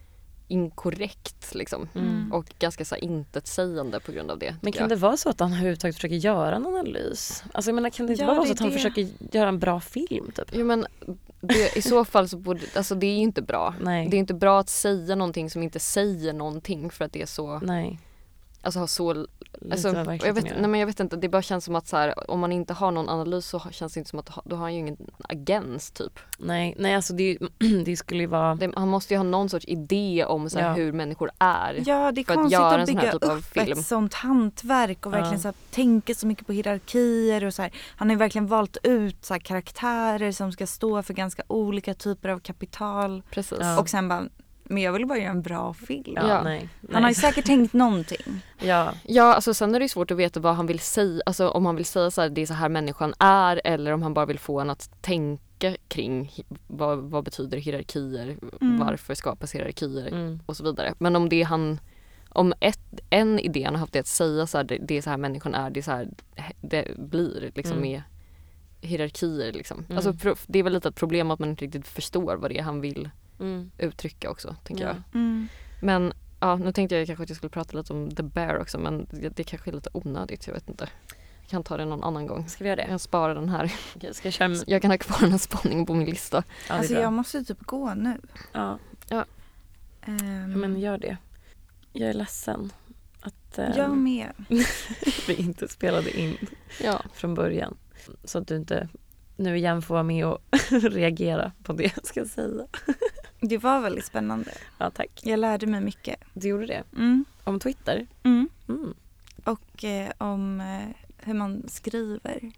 S1: inkorrekt liksom.
S2: Mm.
S1: Och ganska så här intetsägande på grund av det.
S2: Men
S1: tycker
S2: kan
S1: jag.
S2: det vara så att han överhuvudtaget försöker göra en analys? Alltså jag menar, kan det inte
S3: Ja,
S2: bara vara
S3: det
S2: så
S3: är
S2: att han
S3: det.
S2: försöker göra en bra film typ?
S1: Jo men det, i så fall så borde, alltså det är ju inte bra.
S2: Nej.
S1: Det är inte bra att säga någonting som inte säger någonting för att det är så,
S2: Nej.
S1: alltså har så,
S2: Lite
S1: alltså,
S2: vad
S1: och jag
S2: verkligheten
S1: vet,
S2: gör.
S1: nej men jag vet inte, det bara känns som att så här, om man inte har någon analys så känns det inte som att då har han ju ingen agens typ.
S2: Nej, nej alltså det, det skulle ju vara...
S1: Det, han måste ju ha någon sorts idé om så här,
S2: Ja.
S1: hur människor är.
S3: Ja, det är
S1: för att
S3: konstigt
S1: göra en
S3: att
S1: sån här
S3: bygga
S1: typ av
S3: upp
S1: film.
S3: ett sånt hantverk och verkligen
S2: Ja.
S3: så här, tänka så mycket på hierarkier och så här. Han har ju verkligen valt ut så här, karaktärer som ska stå för ganska olika typer av kapital.
S1: Precis.
S2: Ja.
S3: Och sen bara, men jag vill bara göra en bra film.
S2: Ja,
S1: Ja.
S2: nej.
S3: Han har ju säkert tänkt någonting.
S2: Ja.
S1: Ja, alltså sen är det ju svårt att veta vad han vill säga, alltså om han vill säga så här, det är så här människan är, eller om han bara vill få en att tänka kring hi- vad, vad betyder hierarkier,
S3: Mm.
S1: varför skapas hierarkier
S2: Mm.
S1: och så vidare. Men om det han, om ett, en idé han har haft är att säga så här, det, det är så här människan är, det är så här det blir liksom
S2: Mm.
S1: med hierarkier liksom.
S2: Mm.
S1: Alltså pro- det är väl lite ett problem att man inte riktigt förstår vad det är han vill
S2: Mm.
S1: uttrycka också, tänker
S2: Ja.
S1: jag.
S3: Mm.
S1: Men ja, nu tänkte jag kanske att jag skulle prata lite om The Bear också, men det, det kanske är lite onödigt, jag vet inte. Jag kan ta det någon annan gång.
S2: Ska vi göra det?
S1: Jag sparar den här.
S2: Okej, ska jag köra med...
S1: Jag kan ha kvar den här spaningen på min lista.
S2: Ja, det är
S3: Alltså
S2: bra.
S3: jag måste typ gå nu.
S2: Ja,
S3: Ehm,
S2: men gör det. Jag är ledsen att eh,
S3: jag med.
S2: vi inte spelade in
S1: Ja.
S2: från början. Så att du inte nu igen får vara med och reagera på det jag ska säga.
S3: Det var väldigt spännande.
S2: Ja, tack.
S3: Jag lärde mig mycket.
S2: Du gjorde det.
S3: Mm.
S2: Om Twitter?
S3: Mm.
S2: Mm.
S3: Och eh, om eh, hur man skriver.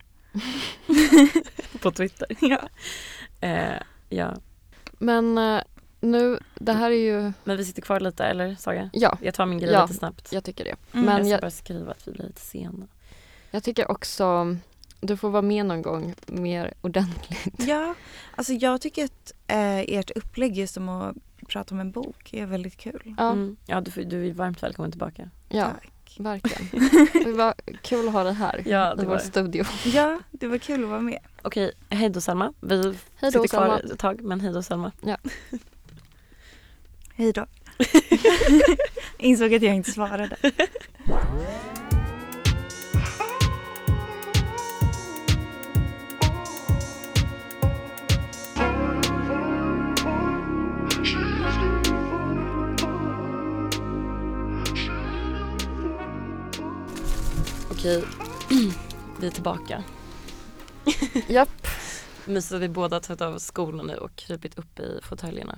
S2: På Twitter?
S3: Ja.
S2: Eh, ja.
S1: Men eh, nu, det här är ju,
S2: Men vi sitter kvar lite, eller Saga?
S1: ja,
S2: Jag tar min grej
S1: Ja.
S2: lite snabbt.
S1: jag tycker det.
S3: Mm.
S2: Men
S1: Men
S2: jag ska
S1: jag,
S2: bara skriva att vi blir lite sena.
S1: jag tycker också Du får vara med någon gång mer ordentligt.
S3: Ja, alltså jag tycker att eh, ert upplägg just om att prata om en bok är väldigt kul.
S1: Ja,
S2: Mm. Ja, du, du är varmt välkommen tillbaka.
S1: ja
S3: Tack.
S1: verkligen. Det var kul att ha dig här
S2: Ja,
S1: i
S2: det
S1: vår
S2: var det.
S1: studio.
S3: Ja, det var kul att vara med.
S2: Okej, hej då Selma. Vi
S1: Hej då,
S2: sitter kvar
S1: Selma.
S2: ett tag, men hej då Selma.
S3: Hej då. Insåg att jag inte svarade.
S2: Okej, vi är tillbaka.
S1: Japp.
S2: Mysigt att vi båda tagit av skorna nu och krypit upp i fåtöljerna.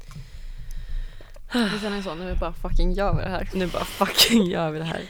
S1: Jag känner så, nu är bara fucking gör vi det här.
S2: Nu bara fucking gör vi det här.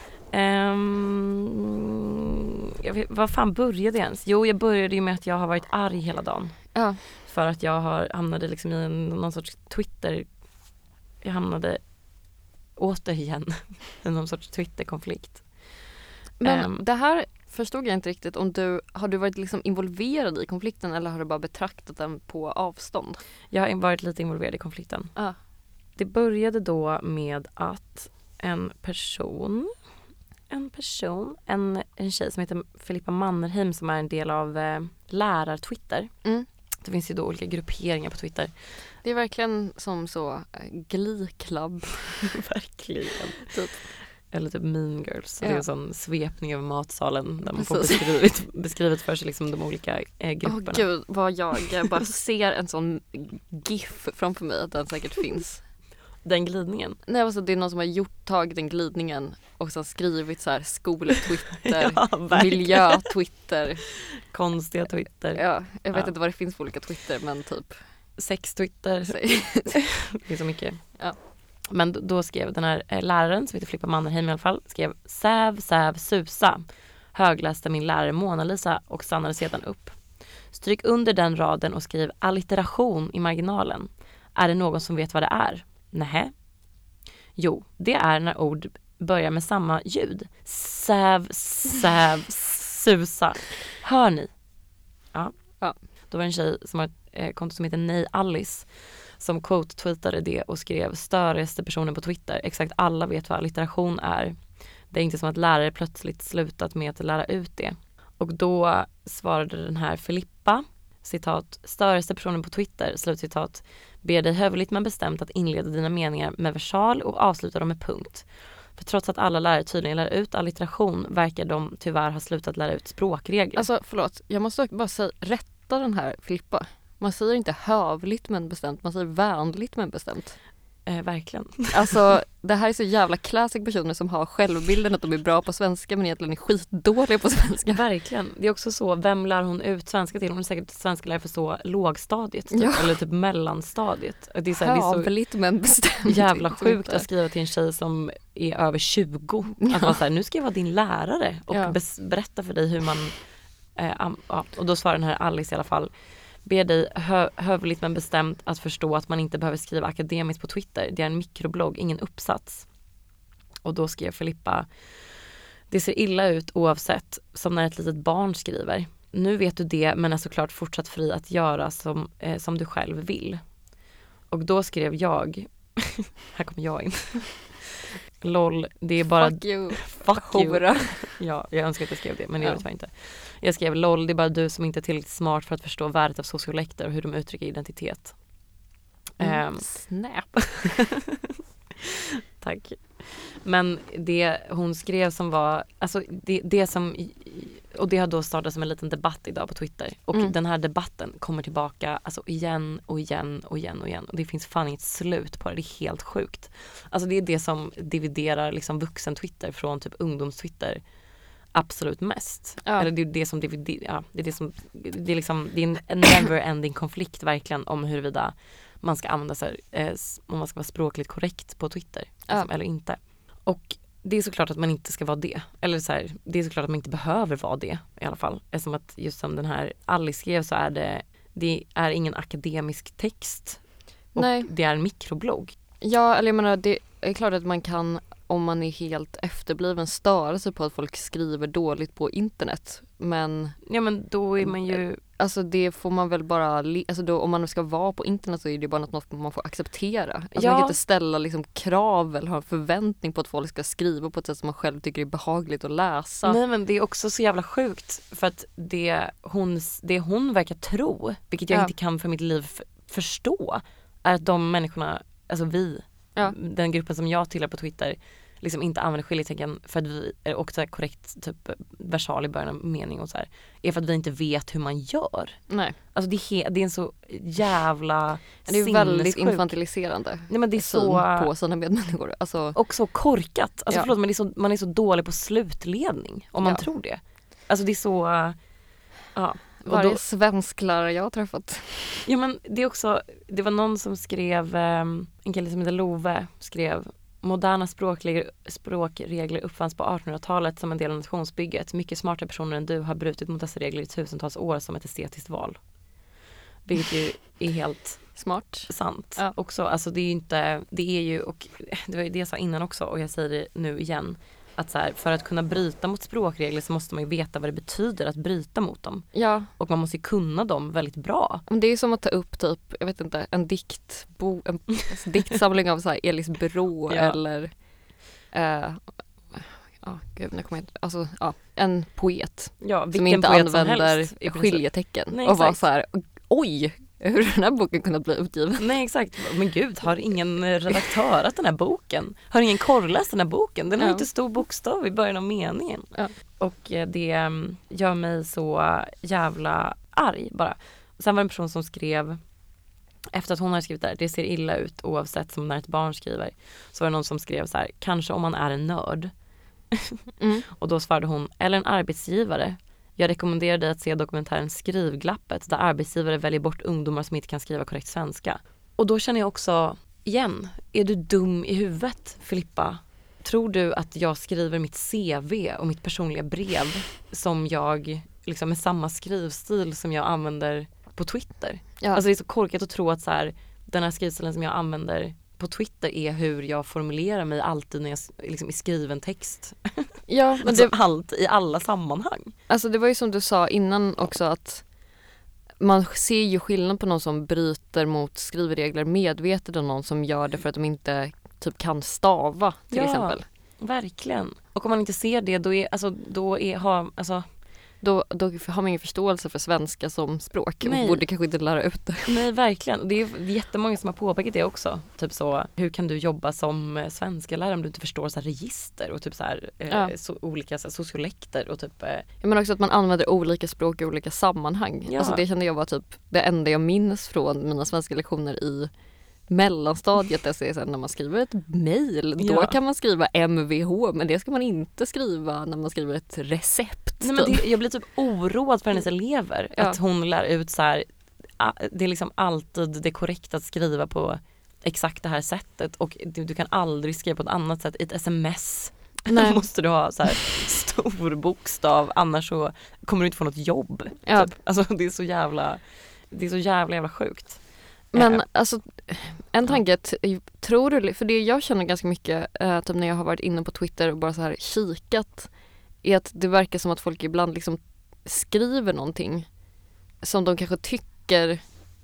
S2: Um, jag vet, vad fan började jag ens? Jo, jag började ju med att jag har varit arg hela dagen.
S1: Ja.
S2: För att jag har hamnade liksom i en, någon sorts Twitter. Jag hamnade återigen i någon sorts Twitter-konflikt.
S1: Men
S2: Um,
S1: det här förstod jag inte riktigt om du, har du varit liksom involverad i konflikten eller har du bara betraktat den på avstånd?
S2: Jag har varit lite involverad i konflikten.
S1: Ja.
S2: Det började då med att en person, en person, en, en tjej som heter Filippa Mannerheim som är en del av eh, lärar-Twitter.
S1: Mm.
S2: Det finns ju då olika grupperingar på Twitter.
S1: Det är verkligen som så äh, Glee Club.
S2: Verkligen.
S1: Typ.
S2: Eller typ Mean Girls. Så
S1: Ja.
S2: det är en sån svepning över matsalen där man får
S1: Precis.
S2: beskrivit, beskrivet för sig liksom de olika eh,
S1: Åh
S2: grupperna.
S1: gud vad jag bara ser en sån gif framför mig att den säkert finns.
S2: Den glidningen.
S1: Nej, alltså det är någon som har gjort, tagit den glidningen och sen skrivit så här skol-Twitter,
S2: Ja, verkligen.
S1: miljö-Twitter.
S2: Konstiga Twitter.
S1: Ja, jag vet
S2: Ja.
S1: inte vad det finns för olika Twitter men typ.
S2: Sex-Twitter.
S1: Säg.
S2: Det är så mycket.
S1: Ja.
S2: Men då, då skrev den här eh, läraren som heter Filippa Mannerheim i alla fall, skrev säv, säv, susa. Högläste min lärare Mona-Lisa och stannade sedan upp. Stryk under den raden och skriv allitteration i marginalen. Är det någon som vet vad det är? Nähä. Jo, det är när ord börjar med samma ljud. Säv, säv, susa. Hör ni? Ja.
S1: Ja.
S2: Då var det en tjej som har ett eh, konto som heter Nej Alice som quote-tweetade det och skrev störigaste personen på Twitter. Exakt alla vet vad allitteration är. Det är inte som att lärare plötsligt slutat med att lära ut det. Och då svarade den här Filippa, citat, störigaste personen på Twitter, slutcitat, ber dig hövligt men bestämt att inleda dina meningar med versal och avsluta dem med punkt. För trots att alla lärare tydligen lär ut allitteration verkar de tyvärr ha slutat lära ut språkregler.
S1: Alltså förlåt, jag måste bara säga, rätta den här Filippa. Man säger inte hövligt men bestämt, man säger vänligt men bestämt.
S2: Eh, verkligen.
S1: Alltså det här är så jävla classic personer som har självbilden att de är bra på svenska men egentligen är skitdåliga på svenska.
S2: Verkligen. Det är också så, vem lär hon ut svenska till? Hon är säkert svenska lärare för så lågstadiet typ,
S1: Ja.
S2: eller typ mellanstadiet. Och det är så, här, det är så
S1: Hövligt men bestämt.
S2: jävla
S1: Inte.
S2: sjukt att skriva till en tjej som är över tjugo. Att man säger nu ska jag vara din lärare och
S1: Ja.
S2: bes- berätta för dig hur man... Eh, am- ja. Och då svarar den här Alice i alla fall. Ber dig hö- hövligt men bestämt att förstå att man inte behöver skriva akademiskt på Twitter. Det är en mikroblogg, ingen uppsats. Och då skrev Filippa, det ser illa ut oavsett, som när ett litet barn skriver. Nu vet du det men är såklart fortsatt fri att göra som, eh, som du själv vill. Och då skrev jag, här kommer jag in. Lol, det är bara...
S1: Fuck you,
S2: Fuck you.
S1: hora.
S2: Ja, jag önskar att jag skrev det, men det
S1: Ja.
S2: gjorde jag inte. Jag skrev lol, det är bara du som inte är tillräckligt smart för att förstå värdet av sociolekter och hur de uttrycker identitet.
S1: Mm.
S2: Ehm,
S1: Snap.
S2: Tack. Men det hon skrev som var, alltså det, det som, och det har då startat som en liten debatt idag på Twitter. Och
S1: Mm.
S2: den här debatten kommer tillbaka alltså igen och igen och igen och igen. Och det finns fan inget slut på det, det är helt sjukt. Alltså det är det som dividerar liksom vuxen Twitter från typ ungdoms-Twitter absolut mest.
S1: Ja.
S2: Eller det är det som dividerar, ja, det är det som, det är liksom, det är en, en never-ending konflikt verkligen om huruvida man ska använda sig, eh, om man ska vara språkligt korrekt på Twitter liksom,
S1: Ja.
S2: eller inte. Och det är såklart att man inte ska vara det. Eller så här, det är såklart att man inte behöver vara det i alla fall. Eftersom att just som den här Alice skrev så är det, det är ingen akademisk text. Och
S1: Nej.
S2: det är en mikroblogg.
S1: Ja, eller jag menar det är klart att man kan om man är helt efterbliven störa sig på att folk skriver dåligt på internet. Men,
S2: ja, men då är man ju...
S1: alltså det får man väl bara... Alltså då, om man ska vara på internet så är det bara något man får acceptera. Alltså
S2: Ja.
S1: man kan inte ställa liksom krav eller ha förväntning på att folk ska skriva på ett sätt som man själv tycker är behagligt att läsa.
S2: Nej, men det är också så jävla sjukt för att det hon, det hon verkar tro, vilket jag
S1: Ja.
S2: inte kan för mitt liv f- förstå, är att de människorna, alltså vi,
S1: Ja.
S2: den gruppen som jag tillhör på Twitter, liksom inte använder skiljetecken för att vi är också korrekt typ versal i början av mening och så här, är för att vi inte vet hur man gör.
S1: Nej.
S2: Alltså det är, he- det är en så jävla
S1: Det är väldigt
S2: sinnessjuk-
S1: infantiliserande.
S2: Nej, men det är
S1: syn
S2: så
S1: på sina medmänniskor. Alltså,
S2: och så korkat. Alltså
S1: Ja.
S2: förlåt, men det är så, man är så dålig på slutledning om man
S1: Ja.
S2: tror det. Alltså det är så uh, ja. Och
S1: varje
S2: då,
S1: svensklärare jag har träffat.
S2: ja, men det är också, det var någon som skrev, um, en kille som heter Love skrev: moderna språkregler, språkregler uppfanns på artonhundratalet som en del av nationsbygget. Mycket smartare personer än du har brutit mot dessa regler i tusentals år som ett estetiskt val. Vilket ju är helt
S1: Smart.
S2: sant
S1: Ja.
S2: också. Alltså det är ju inte, det är ju, och det var ju det jag sa innan också och jag säger det nu igen, att så här, för att kunna bryta mot språkregler så måste man ju veta vad det betyder att bryta mot dem.
S1: Ja,
S2: Och man måste ju kunna dem väldigt bra.
S1: men det är som att ta upp typ, jag vet inte, en diktbo, en alltså, diktsamling av så här Elis Brå
S2: Ja.
S1: eller eh, ja, gud, nu kommer jag inte, alltså ja, en poet
S2: Ja,
S1: som
S2: vilken
S1: inte
S2: poet som
S1: använder
S2: helst, i princip.
S1: skiljetecken
S2: Nej,
S1: och var
S2: exakt.
S1: så här, oj, hur har den här boken kunnat bli utgiven?
S2: Nej, exakt. Men gud, har ingen redaktörat den här boken? Har ingen korrläst den här boken? Den har
S1: Ja.
S2: ju inte stor bokstav i början av meningen.
S1: Ja.
S2: Och eh, det mm, gör mig så jävla arg bara. Sen var det en person som skrev, efter att hon hade skrivit där, det ser illa ut oavsett som när ett barn skriver. Så var det någon som skrev så här: kanske om man är en nörd.
S1: Mm.
S2: Och då svarade hon, eller en arbetsgivare. Jag rekommenderar dig att se dokumentären Skrivglappet, där arbetsgivare väljer bort ungdomar som inte kan skriva korrekt svenska. Och då känner jag också, igen, är du dum i huvudet, Filippa? Tror du att jag skriver mitt C V och mitt personliga brev som jag, liksom med samma skrivstil som jag använder på Twitter?
S1: Ja.
S2: Alltså det är så korkat att tro att så här, den här skrivstilen som jag använder på Twitter är hur jag formulerar mig alltid när jag liksom, i skriven text.
S1: Ja, men
S2: Alltså
S1: det,
S2: allt i alla sammanhang.
S1: alltså det var ju som du sa innan också att man ser ju skillnad på någon som bryter mot skrivregler medvetet och någon som gör det för att de inte typ kan stava till
S2: Ja.
S1: exempel.
S2: Verkligen. Och om man inte ser det, då är, alltså, då är, har, alltså,
S1: Då, då har man ingen förståelse för svenska som språk och
S2: Nej.
S1: borde kanske inte lära ut det.
S2: nej verkligen. Och det är jättemånga som har påpekat det också. Typ så, hur kan du jobba som eh, svenska lärare om du inte förstår så här register och typ så här, eh,
S1: Ja.
S2: så, olika så här, sociolekter och typ, eh,
S1: Jag menar också att man använder olika språk i olika sammanhang.
S2: Ja.
S1: Alltså det kände jag var typ det enda jag minns från mina svenska lektioner i mellanstadiet. Det är så här, när man skriver ett mejl, då
S2: Ja.
S1: kan man skriva M V H, men det ska man inte skriva när man skriver ett recept.
S2: nej, men
S1: typ.
S2: det, jag blir typ oroad för hennes elever.
S1: Ja.
S2: Att hon lär ut så här, a- det är liksom alltid det korrekt att skriva på exakt det här sättet. Och du, du kan aldrig skriva på ett annat sätt. I ett sms
S1: Nej.
S2: måste du ha så här stor bokstav, annars så kommer du inte få något jobb.
S1: Ja.
S2: Typ. Alltså det är så jävla, det är så jävla jävla sjukt.
S1: Men
S2: Eh,
S1: alltså en tanke, t- tror du, för det jag känner ganska mycket eh, typ när jag har varit inne på Twitter och bara så här kikat, är att det verkar som att folk ibland liksom skriver någonting som de kanske tycker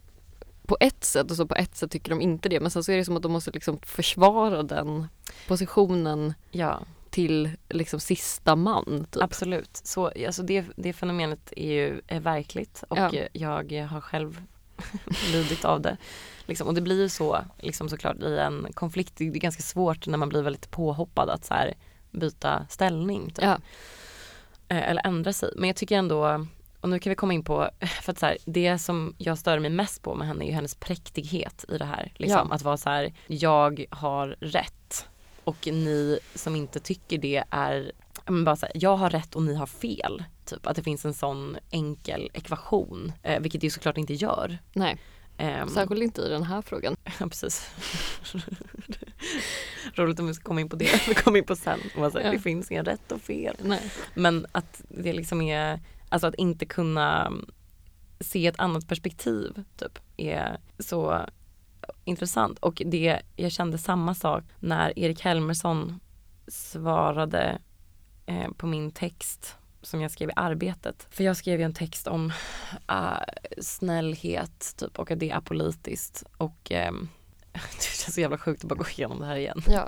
S1: på ett sätt och så på ett sätt tycker de inte det, men sen så är det som att de måste liksom försvara den positionen
S2: ja,
S1: till liksom sista man typ.
S2: absolut. Så alltså det, det fenomenet är ju är verkligt och
S1: Ja.
S2: jag har själv lidit av det. Liksom, och det blir ju så liksom såklart i en konflikt. Det är ganska svårt när man blir väldigt påhoppad att så här byta ställning. Typ.
S1: Ja.
S2: Eh, Eller ändra sig. Men jag tycker ändå, och nu kan vi komma in på, för att så här, det som jag stör mig mest på med henne är ju hennes präktighet i det här. Liksom,
S1: Ja.
S2: Att vara så här, jag har rätt och ni som inte tycker det är, men bara så här, jag har rätt och ni har fel. Typ att det finns en sån enkel ekvation, eh, vilket det ju såklart inte gör.
S1: Nej,
S2: Ehm,
S1: särskilt inte i den här frågan.
S2: Ja, precis. Roligt om vi ska komma in på det. Vi kommer in på sen. Och så,
S1: Ja.
S2: det finns inga rätt och fel.
S1: Nej.
S2: Men att det liksom är, alltså att inte kunna se ett annat perspektiv typ, är så intressant. Och det, jag kände samma sak när Erik Helmersson svarade eh, på min text som jag skrev i Arbetet. För jag skrev ju en text om uh, snällhet typ, och att det är apolitiskt. Och um, det är så jävla sjukt att bara gå igenom det här igen.
S1: Ja.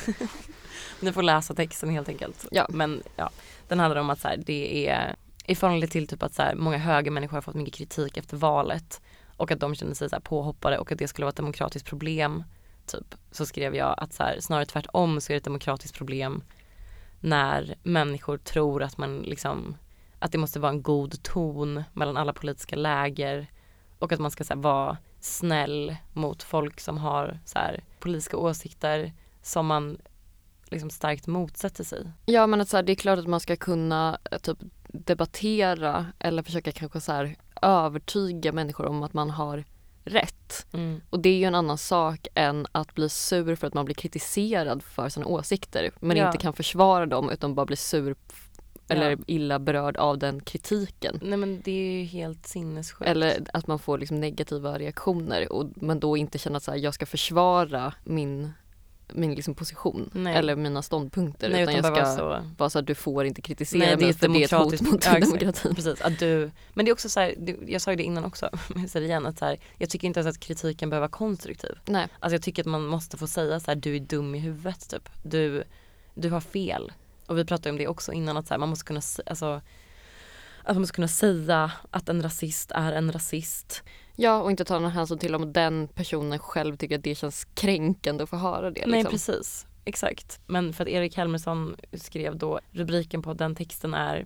S2: Ni får läsa texten helt enkelt.
S1: Ja.
S2: Men ja, den handlar om att så här, det är i förhållande till typ att så här, många höga människor har fått mycket kritik efter valet och att de känner sig så här påhoppade och att det skulle vara ett demokratiskt problem. Typ, så skrev jag att så här, snarare tvärtom så är det ett demokratiskt problem när människor tror att man liksom, att det måste vara en god ton mellan alla politiska läger och att man ska så här, vara snäll mot folk som har så här, politiska åsikter som man liksom starkt motsätter sig.
S1: Ja, men att så här, det är klart att man ska kunna typ debattera eller försöka kanske så här, övertyga människor om att man har rätt.
S2: Mm.
S1: Och det är ju en annan sak än att bli sur för att man blir kritiserad för sina åsikter men
S2: Ja.
S1: inte kan försvara dem utan bara blir sur eller
S2: Ja.
S1: illa berörd av den kritiken.
S2: Nej men det är ju helt sinnessjukt.
S1: Eller att man får liksom negativa reaktioner och men då inte känner att så här, jag ska försvara min min liksom position
S2: Nej.
S1: eller mina ståndpunkter
S2: Nej,
S1: utan jag
S2: utan
S1: ska
S2: bara vara så.
S1: vara så här, du får inte kritisera
S2: Nej, det är
S1: mig
S2: ett
S1: för det är ett hot
S2: demokratiskt-
S1: mot
S2: ja, exakt.
S1: demokratin.
S2: Precis, att du, men det är också så här, det- jag sa ju det innan också, men jag säger det igen, att så här, jag tycker inte ens att kritiken behöver vara konstruktiv.
S1: Nej.
S2: Alltså jag tycker att man måste få säga så här, du är dum i huvudet typ. Du, du har fel. Och vi pratade om det också innan att så här, man måste kunna, s- alltså, att man måste kunna säga att en rasist är en rasist.
S1: Ja, och inte ta någon hänsyn till om den personen själv tycker att det känns kränkande att få höra det.
S2: Nej
S1: Liksom.
S2: precis, exakt. Men för att Erik Helmersson skrev då, rubriken på den texten är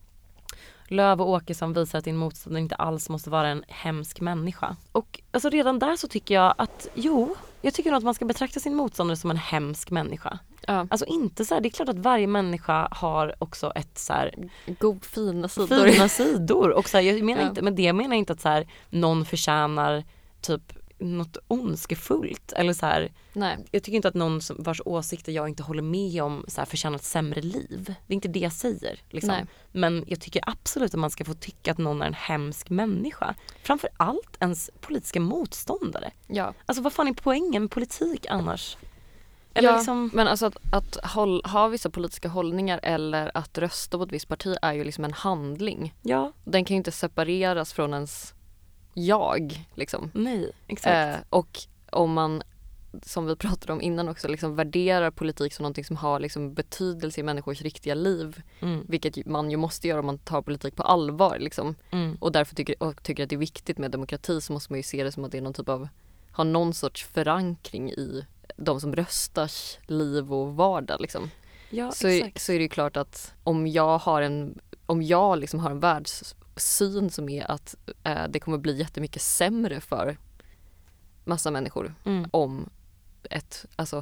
S2: Löv och Åkesson visar att din motståndare inte alls måste vara en hemsk människa. Och alltså redan där så tycker jag att jo, jag tycker nog att man ska betrakta sin motståndare som en hemsk människa.
S1: Ja.
S2: Alltså inte så här, det är klart att varje människa har också ett så här
S1: God, fina sidor.
S2: fina sidor. Och så här, jag menar
S1: Ja.
S2: inte, men det menar jag inte att så här, någon förtjänar typ något ondskefullt eller så här.
S1: Nej.
S2: Jag tycker inte att någon som, vars åsikter jag inte håller med om så här, förtjänar ett sämre liv. Det är inte det jag säger. Liksom.
S1: Nej.
S2: Men jag tycker absolut att man ska få tycka att någon är en hemsk människa. Framför allt ens politiska motståndare.
S1: Ja.
S2: Alltså vad fan är poängen med politik annars? Eller
S1: ja,
S2: liksom,
S1: men alltså att, att håll, ha vissa politiska hållningar eller att rösta på ett visst parti är ju liksom en handling.
S2: ja,
S1: Den kan ju inte separeras från ens jag. Liksom.
S2: nej, exakt.
S1: Eh, och om man, som vi pratade om innan också, liksom värderar politik som någonting som har liksom betydelse i människors riktiga liv.
S2: Mm,
S1: Vilket man ju måste göra om man tar politik på allvar. Liksom.
S2: mm,
S1: Och därför tycker, och tycker att det är viktigt med demokrati så måste man ju se det som att det är någon typ av, har någon sorts förankring i de som röstars liv och vardag. Liksom.
S2: ja,
S1: Så,
S2: exakt.
S1: så är det ju klart att om jag har en, om jag liksom har en världssyn som är att eh, det kommer bli jättemycket sämre för massa människor
S2: Mm.
S1: om ett, alltså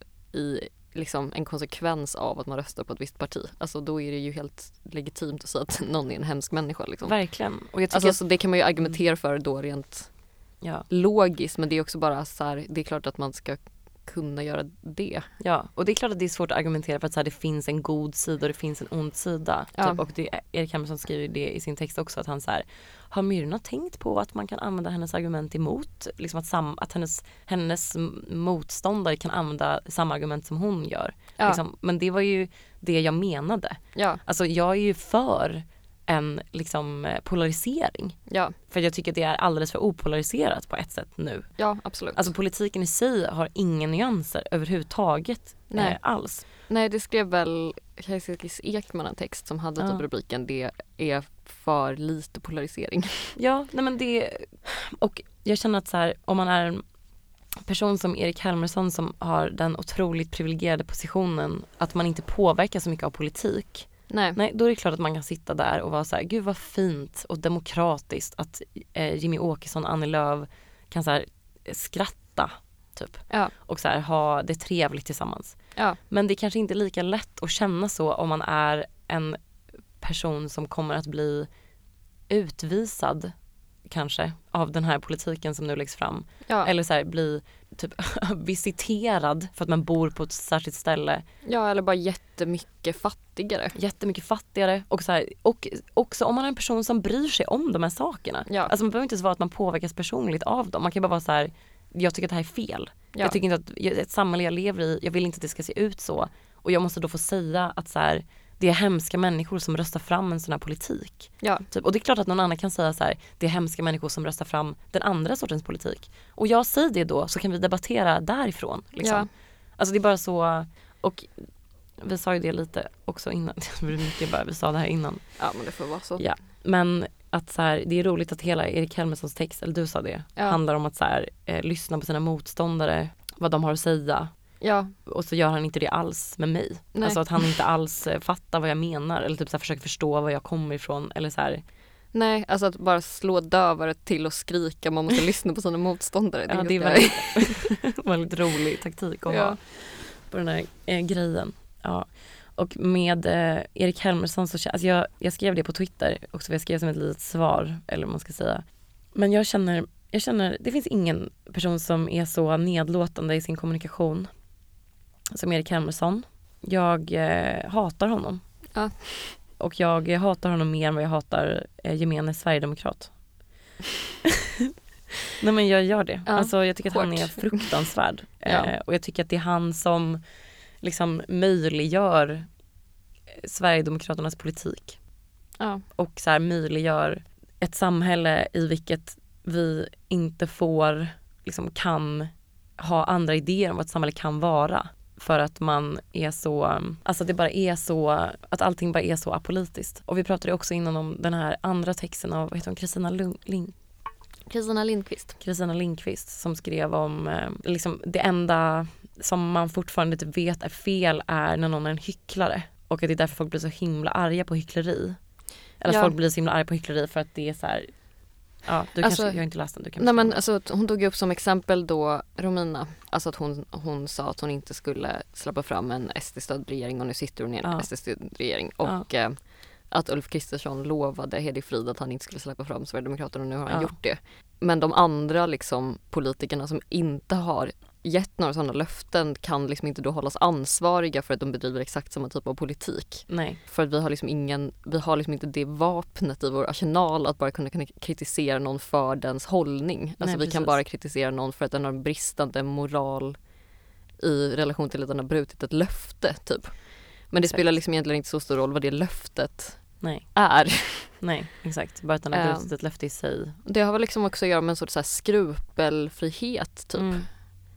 S1: i liksom en konsekvens av att man röstar på ett visst parti. Alltså då är det ju helt legitimt att säga att någon är en hemsk människa. Liksom.
S2: Verkligen. Och jag tycker
S1: Alltså
S2: att,
S1: så det kan man ju argumentera för då rent
S2: ja,
S1: logiskt, men det är också bara så här, det är klart att man ska kunna göra det.
S2: ja, och det är klart att det är svårt att argumentera för att så här, det finns en god sida och det finns en ond sida.
S1: Ja.
S2: Typ, och det, Erik Helmersson skriver det i sin text också, att han så här, har Myrna tänkt på att man kan använda hennes argument emot, liksom att, sam, att hennes, hennes motståndare kan använda samma argument som hon gör.
S1: Ja.
S2: Liksom. Men det var ju det jag menade.
S1: Ja,
S2: Alltså jag är ju för en liksom polarisering.
S1: ja,
S2: För jag tycker att det är alldeles för opolariserat på ett sätt nu.
S1: ja absolut.
S2: Alltså politiken i sig har inga nyanser överhuvudtaget.
S1: Nej.
S2: Eh, alls.
S1: Nej, det skrev väl Kajsikis Ekman en text som hade
S2: Ja.
S1: typ rubriken det är för lite polarisering.
S2: Ja, nej men det, och jag känner att så här, om man är en person som Erik Helmersson som har den otroligt privilegierade positionen att man inte påverkar så mycket av politik.
S1: Nej.
S2: Nej, då är det klart att man kan sitta där och vara så här, gud vad fint och demokratiskt att eh, Jimmy Åkesson och Annie Lööf kan så här skratta typ.
S1: Ja.
S2: Och så här ha det trevligt tillsammans.
S1: Ja.
S2: Men det är kanske inte lika lätt att känna så om man är en person som kommer att bli utvisad kanske av den här politiken som nu läggs fram.
S1: Ja.
S2: Eller så här bli typ visiterad för att man bor på ett särskilt ställe.
S1: ja, eller bara jättemycket fattigare.
S2: Jättemycket fattigare. Och, så här, och också om man är en person som bryr sig om de här sakerna.
S1: Ja.
S2: Alltså man behöver inte vara att man påverkas personligt av dem. Man kan bara vara så här, jag tycker att det här är fel.
S1: Ja.
S2: Jag tycker inte att ett samhälle jag lever i, jag vill inte att det ska se ut så. Och jag måste då få säga att så här, det är hemska människor som röstar fram en sån här politik.
S1: Ja.
S2: Typ. Och det är klart att någon annan kan säga så här, det är hemska människor som röstar fram den andra sortens politik. Och jag säger det då, så kan vi debattera därifrån. Liksom.
S1: Ja.
S2: Alltså det är bara så, och vi sa ju det lite också innan, mycket bara, vi sa det här innan.
S1: Ja, men det får vara så.
S2: Ja, men att så här, det är roligt att hela Erik Helmerssons text, eller du sa det,
S1: Ja.
S2: handlar om att så här, eh, lyssna på sina motståndare, vad de har att säga.
S1: Ja.
S2: Och så gör han inte det alls med mig.
S1: Nej.
S2: Alltså att han inte alls eh, fattar vad jag menar eller typ så här, försöker förstå var jag kommer ifrån eller så här.
S1: Nej, alltså att bara slå dövare till och skrika, man måste lyssna på sina motståndare.
S2: Ja,
S1: helt
S2: det är
S1: jävligt.
S2: väldigt, väldigt rolig taktik att
S1: Ja.
S2: ha på den här eh, grejen. Ja. Och med eh, Erik Helmersson så alltså jag, jag skrev det på Twitter också, för jag skrev som ett litet svar, eller vad man ska säga. Men jag känner, jag känner, det finns ingen person som är så nedlåtande i sin kommunikation som Erik Helmersson. Jag eh, hatar honom.
S1: Ja.
S2: Och jag hatar honom mer än vad jag hatar eh, gemene Sverigedemokrat. Nej, men jag gör det.
S1: Ja,
S2: Alltså jag tycker att han
S1: hårt.
S2: är fruktansvärd.
S1: Ja.
S2: eh, och jag tycker att det är han som liksom möjliggör Sverigedemokraternas politik.
S1: Ja.
S2: Och så här möjliggör ett samhälle i vilket vi inte får, liksom kan ha andra idéer om vad ett samhälle kan vara. För att man är så, alltså det bara är så, att allting bara är så apolitiskt. Och vi pratade också innan om den här andra texten av, vad heter hon, Kristina Lund, Lin,
S1: Kristina Lindqvist.
S2: Kristina Lindqvist som skrev om eh, liksom det enda som man fortfarande inte vet är fel är när någon är en hycklare. Och att det är därför folk blir så himla arga på hyckleri. Eller
S1: Ja.
S2: att folk blir så himla arga på hyckleri för att det är så här. Ja, du
S1: Alltså,
S2: kanske, jag har inte läst den. Du kan
S1: Nej, men alltså, hon tog upp som exempel då Romina. Alltså att hon, hon sa att hon inte skulle släppa fram en S D-stödd regering och nu sitter hon i en
S2: Ja.
S1: S D-stödd regering. Och eh, att Ulf Kristersson lovade Hedi Frid att han inte skulle släppa fram Sverigedemokraterna och nu har han
S2: Ja.
S1: gjort det. Men de andra liksom, politikerna som inte har gett några sådana löften kan liksom inte då hållas ansvariga för att de bedriver exakt samma typ av politik.
S2: Nej.
S1: För att vi har liksom ingen, vi har liksom inte det vapnet i vår arsenal att bara kunna, kunna kritisera någon för dens hållning. Alltså
S2: Nej,
S1: vi
S2: precis.
S1: kan bara kritisera någon för att den har bristande moral i relation till att den har brutit ett löfte typ. Men det
S2: Exakt.
S1: spelar liksom egentligen inte så stor roll vad det löftet
S2: Nej.
S1: är.
S2: Nej, exakt. Bara att den har
S1: Ehm.
S2: brutit ett löfte i sig.
S1: Det har väl liksom också att göra med en sorts så här skrupelfrihet typ
S2: Mm.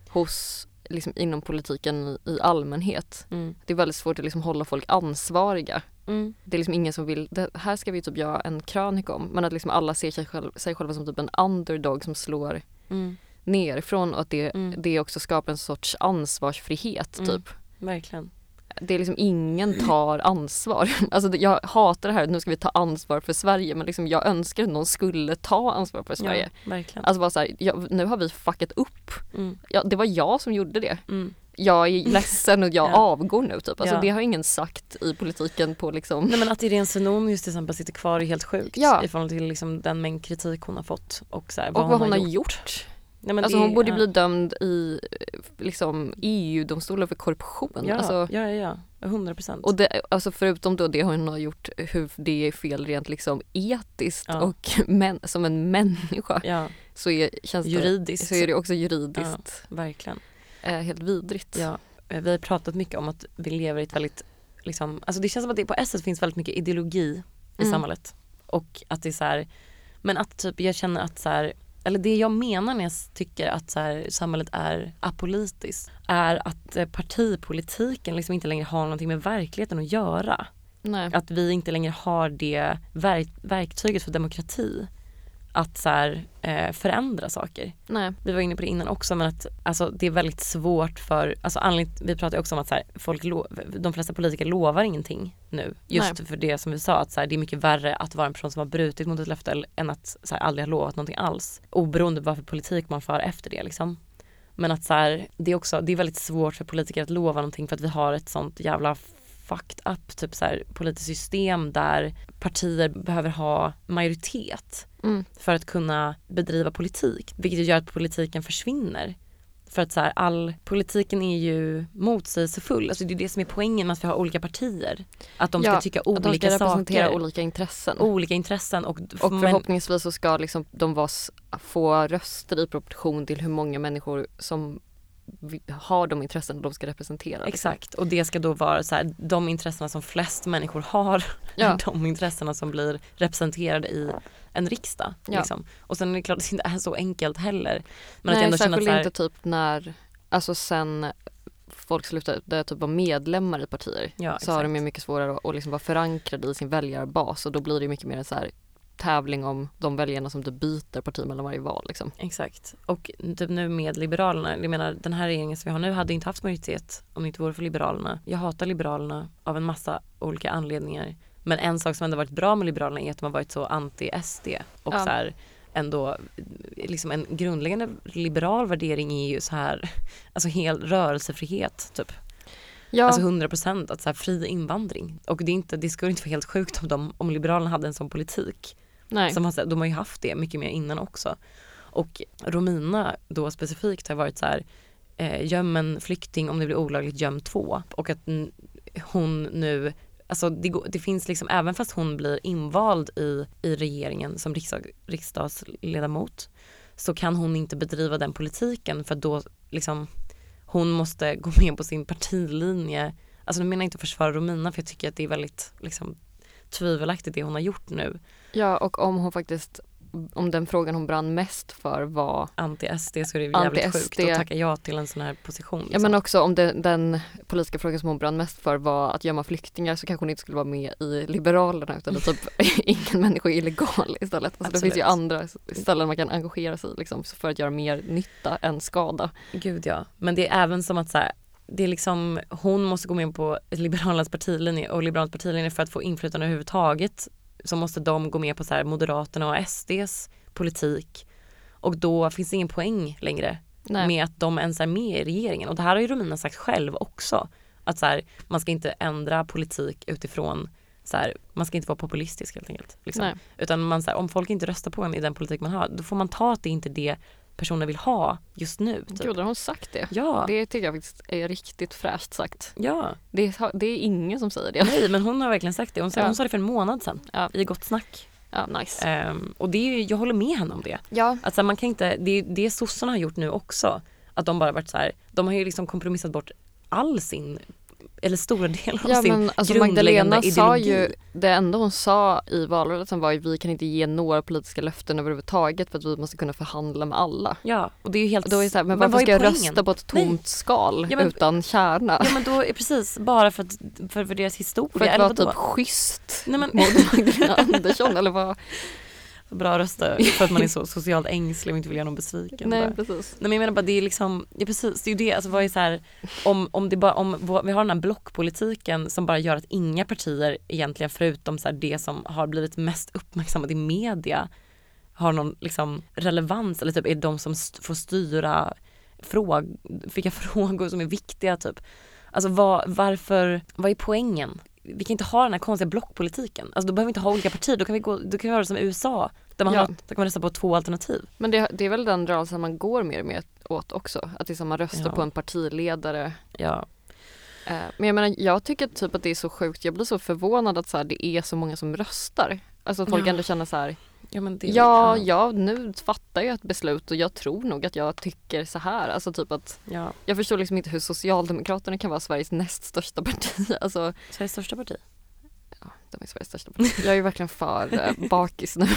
S1: hos liksom inom politiken i, i allmänhet.
S2: Mm.
S1: Det är väldigt svårt att liksom hålla folk ansvariga.
S2: Mm.
S1: Det är liksom ingen som vill, det här ska vi typ göra en krönika om, men att liksom alla ser sig, själv, sig själva som typ en underdog som slår
S2: Mm.
S1: nerifrån och att det,
S2: Mm.
S1: det också skapar en sorts ansvarsfrihet typ.
S2: Mm. Verkligen.
S1: Det är liksom ingen tar ansvar. Alltså jag hatar det här att nu ska vi ta ansvar för Sverige, men liksom jag önskar att någon skulle ta ansvar för Sverige.
S2: Ja, verkligen.
S1: Alltså bara så här, ja, nu har vi fuckat upp.
S2: Mm.
S1: Ja, det var jag som gjorde det.
S2: Mm.
S1: Jag är ledsen och jag
S2: Ja.
S1: avgår nu typ. Alltså
S2: Ja.
S1: det har ingen sagt i politiken på liksom.
S2: Nej, men att Irene Svenonius just till exempel sitter kvar är helt sjukt.
S1: Ja.
S2: I förhållande till liksom den mängd kritik hon har fått. Och, så här,
S1: Och vad hon har gjort.
S2: gjort. Nej, men
S1: Alltså
S2: det-
S1: hon borde
S2: ja.
S1: bli dömd i liksom E U-domstolen för korruption.
S2: Ja,
S1: Alltså,
S2: ja, ja, ja. hundra procent.
S1: och det, alltså förutom då det hon har gjort, hur det är fel rent liksom etiskt
S2: Ja.
S1: och men, som en människa
S2: Ja,
S1: så är, känns det,
S2: juridiskt.
S1: så är det också juridiskt
S2: verkligen.
S1: eh, helt vidrigt.
S2: Ja, eh, vi har pratat mycket om att vi lever i ett väldigt, liksom, alltså det känns som att det på S S finns väldigt mycket ideologi i
S1: Mm.
S2: samhället. Och att det är så här, men att typ jag känner att så här, eller det jag menar när jag tycker att så här, samhället är apolitiskt är att eh, partipolitiken liksom inte längre har någonting med verkligheten att göra.
S1: Nej.
S2: Att vi inte längre har det verk- verktyget för demokrati att så här, eh, förändra saker.
S1: Nej.
S2: Vi var inne på det innan också, men att alltså, det är väldigt svårt för, alltså anledning, vi pratade också om att så här, folk lo, de flesta politiker lovar ingenting nu. Just
S1: Nej.
S2: för det som vi sa, att så här, det är mycket värre att vara en person som har brutit mot ett löfte än att så här, aldrig ha lovat någonting alls. Oberoende vad för politik man för efter det liksom. Men att så här, det är också, det är väldigt svårt för politiker att lova någonting för att vi har ett sånt jävla fucked up typ så här, politiskt system där partier behöver ha majoritet
S1: Mm.
S2: för att kunna bedriva politik, vilket gör att politiken försvinner. För att så här, all politiken är ju motsägelsefull. Alltså det är det som är poängen med att vi har olika partier. Att de ska
S1: Ja,
S2: tycka
S1: att de
S2: olika
S1: ska representera
S2: saker.
S1: olika intressen.
S2: Olika intressen. Och,
S1: Och
S2: men,
S1: förhoppningsvis så ska liksom de vara, få röster i proportion till hur många människor som har de intressen de ska representera.
S2: Exakt, och det ska då vara så här, de intressena som flest människor har,
S1: Ja.
S2: de intressena som blir representerade i en riksdag.
S1: Ja.
S2: Liksom. Och sen är det klart att det inte är så enkelt heller. Men
S1: Nej,
S2: att jag ändå känner
S1: särskilt
S2: att så här,
S1: inte typ när, alltså sen folk slutade typ vara medlemmar i partier,
S2: Ja,
S1: så har de ju
S2: exakt.
S1: mycket svårare att, att liksom vara förankrade i sin väljarbas, och då blir det mycket mer en så här tävling om de väljarna som typ byter parti mellan varje val. Liksom.
S2: Exakt. Och typ nu med Liberalerna, jag menar den här regeringen som vi har nu hade inte haft majoritet om det inte vore för Liberalerna. Jag hatar Liberalerna av en massa olika anledningar. Men en sak som ändå varit bra med Liberalerna är att de har varit så anti-S D. Och
S1: Ja.
S2: så här, ändå liksom en grundläggande liberal värdering är ju så här, alltså hel rörelsefrihet typ.
S1: Ja,
S2: Alltså hundra procent att så här, fri invandring. Och det, är inte, det skulle inte vara helt sjukt om, de, om Liberalerna hade en sån politik.
S1: nej.
S2: Som har, så här, de har ju haft det mycket mer innan också. Och Romina då specifikt har varit så här, eh, göm en flykting om det blir olagligt, göm två. Och att n- hon nu, alltså det, går- det finns liksom, även fast hon blir invald i, i regeringen som riksdag, riksdagsledamot, så kan hon inte bedriva den politiken, för då liksom hon måste gå med på sin partilinje. Alltså nu menar jag inte att försvara Romina, för jag tycker att det är väldigt liksom tvivelaktigt det hon har gjort nu.
S1: Ja, och om hon faktiskt, om den frågan hon brann mest för var
S2: Anti-S D, så är det jävligt
S1: Anti-S D.
S2: sjukt att tacka ja till en sån här position.
S1: Ja,
S2: Liksom.
S1: men också om det, den politiska frågan som hon brann mest för var att gömma flyktingar, så kanske hon inte skulle vara med i Liberalerna, utan att typ ingen människa är illegal istället. Alltså det finns ju andra ställen man kan engagera sig i liksom, för att göra mer nytta än skada.
S2: Gud ja, men det är även som att så här, det är liksom, hon måste gå med på Liberalernas partilinje, och Liberalernas partilinje för att få inflytande överhuvudtaget, så måste de gå med på så här Moderaterna och S D:s politik, och då finns det ingen poäng längre
S1: Nej.
S2: med att de ens är med i regeringen. Och det här har ju Romina sagt själv också, att så här, man ska inte ändra politik utifrån så här, man ska inte vara populistisk helt enkelt. Liksom.
S1: Nej.
S2: Utan man, så här, om folk inte röstar på en i den politik man har, då får man ta att det inte är det personer vill ha just nu. Typ.
S1: Gud, har hon sagt det?
S2: Ja.
S1: Det tycker jag faktiskt är riktigt fräscht sagt.
S2: Ja.
S1: Det är, det är ingen som säger det.
S2: Nej, men hon har verkligen sagt det. Hon sa,
S1: Ja.
S2: hon sa det för en månad sedan
S1: Ja.
S2: i Gott snack.
S1: Ja, nice.
S2: Ehm, och det är ju, jag håller med henne om det.
S1: Ja.
S2: Att så här, man kan inte, det, det sossarna har gjort nu också, att de bara varit så här, de har ju liksom kompromissat bort all sin, eller stora delar av
S1: Ja,
S2: sin
S1: men alltså
S2: grundläggande
S1: Magdalena sa
S2: ideologi.
S1: ju, det enda hon sa i valrörelsen var ju vi kan inte ge några politiska löften överhuvudtaget för att vi måste kunna förhandla med alla.
S2: Ja, och det är ju helt...
S1: Och då är det så här, men,
S2: vad
S1: varför
S2: är
S1: ska jag
S2: poängen?
S1: rösta på ett tomt
S2: Nej.
S1: skal
S2: Ja, men-
S1: utan kärna?
S2: Ja, men då är precis bara för, att, för, för deras historia.
S1: För att
S2: eller
S1: vara
S2: vadå?
S1: typ schysst
S2: Nej, men,
S1: mot Magdalena Andersson eller vad?
S2: bra rösta för att man är så socialt ängslig och inte vill göra någon besviken.
S1: Nej,
S2: bara.
S1: precis.
S2: Nej, men jag menar bara det är liksom, ja precis, det är ju det, alltså vad är så här, om, om det bara, om vi har den här blockpolitiken som bara gör att inga partier egentligen förutom så här det som har blivit mest uppmärksammat i media har någon liksom relevans, eller typ är det de som st- får styra fråg, vilka frågor som är viktiga typ. Alltså vad, varför, vad är poängen? Vi kan inte ha den här konstiga blockpolitiken. Alltså då behöver vi inte ha olika partier, då kan vi, gå, då kan vi göra det som i U S A. Där man,
S1: Ja.
S2: har, där kan man rösta på två alternativ.
S1: Men det, det är väl den rörelsen man går mer och mer åt också. Att det är som man röstar
S2: Ja.
S1: på en partiledare.
S2: Ja.
S1: Eh, Men jag menar, jag tycker typ att det är så sjukt. Jag blir så förvånad att så här, det är så många som röstar. Alltså att folk
S2: Ja.
S1: ändå känner så här.
S2: Ja, men det,
S1: Ja, ja, nu fattar jag ett beslut och jag tror nog att jag tycker så här. Alltså typ att,
S2: ja.
S1: jag förstår liksom inte hur Socialdemokraterna kan vara Sveriges näst största parti. Alltså,
S2: Sveriges största parti.
S1: ja, de är Sveriges största parti. Jag är ju verkligen för eh, bakis nu.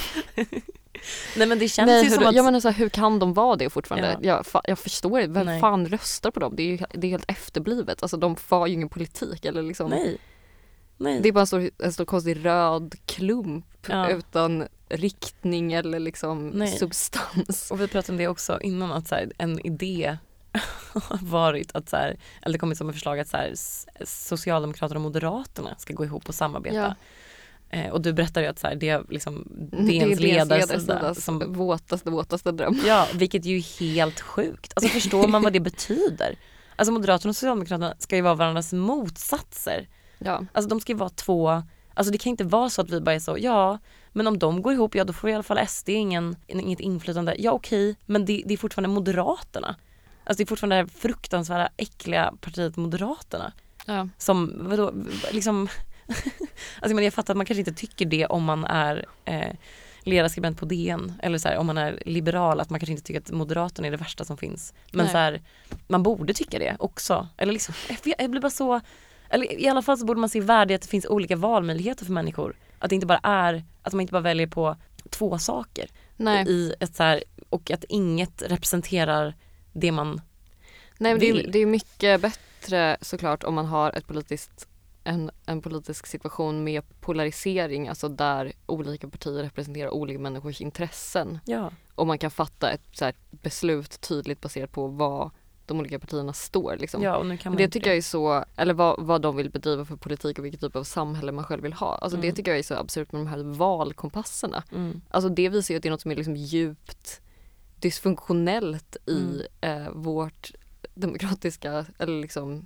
S2: Nej, men det känns
S1: Nej,
S2: ju
S1: hur,
S2: som att...
S1: jag menar så här, hur kan de vara det fortfarande?
S2: Ja.
S1: Jag, fa, jag förstår det. Vem
S2: Nej.
S1: fan röstar på dem? Det är ju det är helt efterblivet. Alltså de får ju ingen politik eller liksom.
S2: Nej. Nej.
S1: Det är bara en stor, en stor konstig röd klump
S2: Ja.
S1: utan riktning eller liksom
S2: Nej.
S1: substans.
S2: Och vi pratade om det också innan, att så här, en idé har varit att så här, eller det kommit som ett förslag att så här, s- Socialdemokraterna och Moderaterna ska gå ihop och samarbeta.
S1: Ja.
S2: Eh, och du berättade ju att så här, det är liksom
S1: Det är
S2: DNs
S1: DNs
S2: ledarsida
S1: ledarsidas
S2: som,
S1: våtaste, våtaste dröm.
S2: ja, vilket ju är helt sjukt. Alltså förstår man vad det betyder? Alltså Moderaterna och Socialdemokraterna ska ju vara varandras motsatser.
S1: Ja.
S2: Alltså de ska ju vara två, alltså det kan inte vara så att vi bara är så, ja men om de går ihop, ja då får i alla fall S D ingen, inget inflytande. Ja okej, men det, det är fortfarande Moderaterna. Alltså det är fortfarande det här fruktansvärda äckliga partiet Moderaterna.
S1: Ja.
S2: Som, vadå, liksom, alltså men jag fattar att man kanske inte tycker det om man är eh, ledarskribent på D N. Eller så här, om man är liberal, att man kanske inte tycker att Moderaterna är det värsta som finns. Men så här, man borde tycka det också. Eller liksom, jag blir bara så... Eller i alla fall så borde man se värde att det finns olika valmöjligheter för människor. Att det inte bara är, att man inte bara väljer på två saker.
S1: Nej.
S2: I ett så här, och att inget representerar det man
S1: Nej, men det,
S2: vill.
S1: är, det är mycket bättre såklart om man har ett politiskt, en, en politisk situation med polarisering, alltså där olika partier representerar olika människors intressen.
S2: Ja.
S1: Och man kan fatta ett så här, beslut tydligt baserat på vad de olika partierna står. Liksom.
S2: Ja, och nu kan man
S1: det
S2: inte
S1: tycker jag är så, eller vad, vad de vill bedriva för politik och vilket typ av samhälle man själv vill ha. Alltså
S2: Mm.
S1: det tycker jag är så absurt med de här valkompasserna.
S2: Mm.
S1: Alltså det visar ju att det är något som är liksom djupt dysfunktionellt i
S2: Mm.
S1: eh, vårt demokratiska eller liksom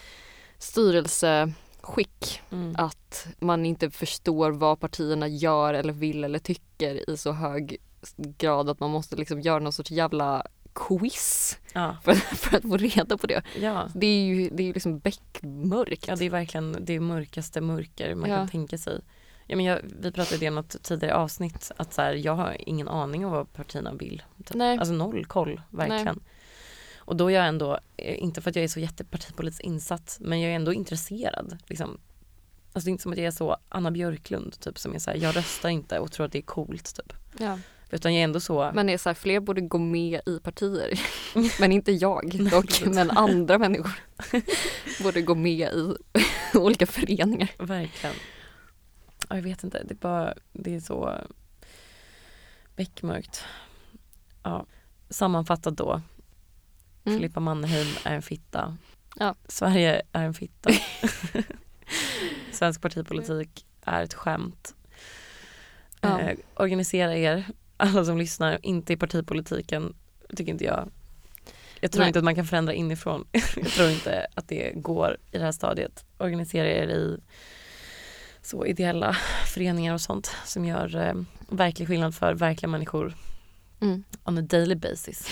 S1: styrelseskick.
S2: Mm.
S1: Att man inte förstår vad partierna gör eller vill eller tycker i så hög grad att man måste liksom göra någon sorts jävla quiz
S2: Ja.
S1: för, för att få reda på det.
S2: Ja.
S1: Det är ju, det är ju liksom beckmörkt.
S2: Ja, det är verkligen det mörkaste mörker man
S1: Ja.
S2: kan tänka sig. Ja, men jag, vi pratade det i något tidigare avsnitt att så här, jag har ingen aning om vad partierna vill. Typ.
S1: Nej.
S2: Alltså noll koll, verkligen.
S1: Nej.
S2: Och då är jag ändå, inte för att jag är så jättepartipolitiskt insatt, men jag är ändå intresserad. Liksom. Alltså det är inte som att jag är så Anna Björklund typ, som är så här, jag röstar inte och tror att det är coolt typ.
S1: Ja.
S2: Utan jag är ändå så...
S1: Men det är så här, fler borde gå med i partier. Men inte jag dock, men andra människor borde gå med i olika föreningar.
S2: Verkligen. Ja, jag vet inte, det är bara, det är så beckmörkt. Ja. Sammanfattat då.
S1: Mm.
S2: Filippa Mannerheim är en fitta.
S1: Ja.
S2: Sverige är en fitta. Svensk partipolitik är ett skämt.
S1: Ja.
S2: Eh, organisera er, alla som lyssnar, inte i partipolitiken, tycker inte jag. Jag tror
S1: Nej.
S2: inte att man kan förändra inifrån. Jag tror inte att det går i det här stadiet. Organisera er i så ideella föreningar och sånt som gör eh, verklig skillnad för verkliga människor
S1: Mm.
S2: on a daily basis.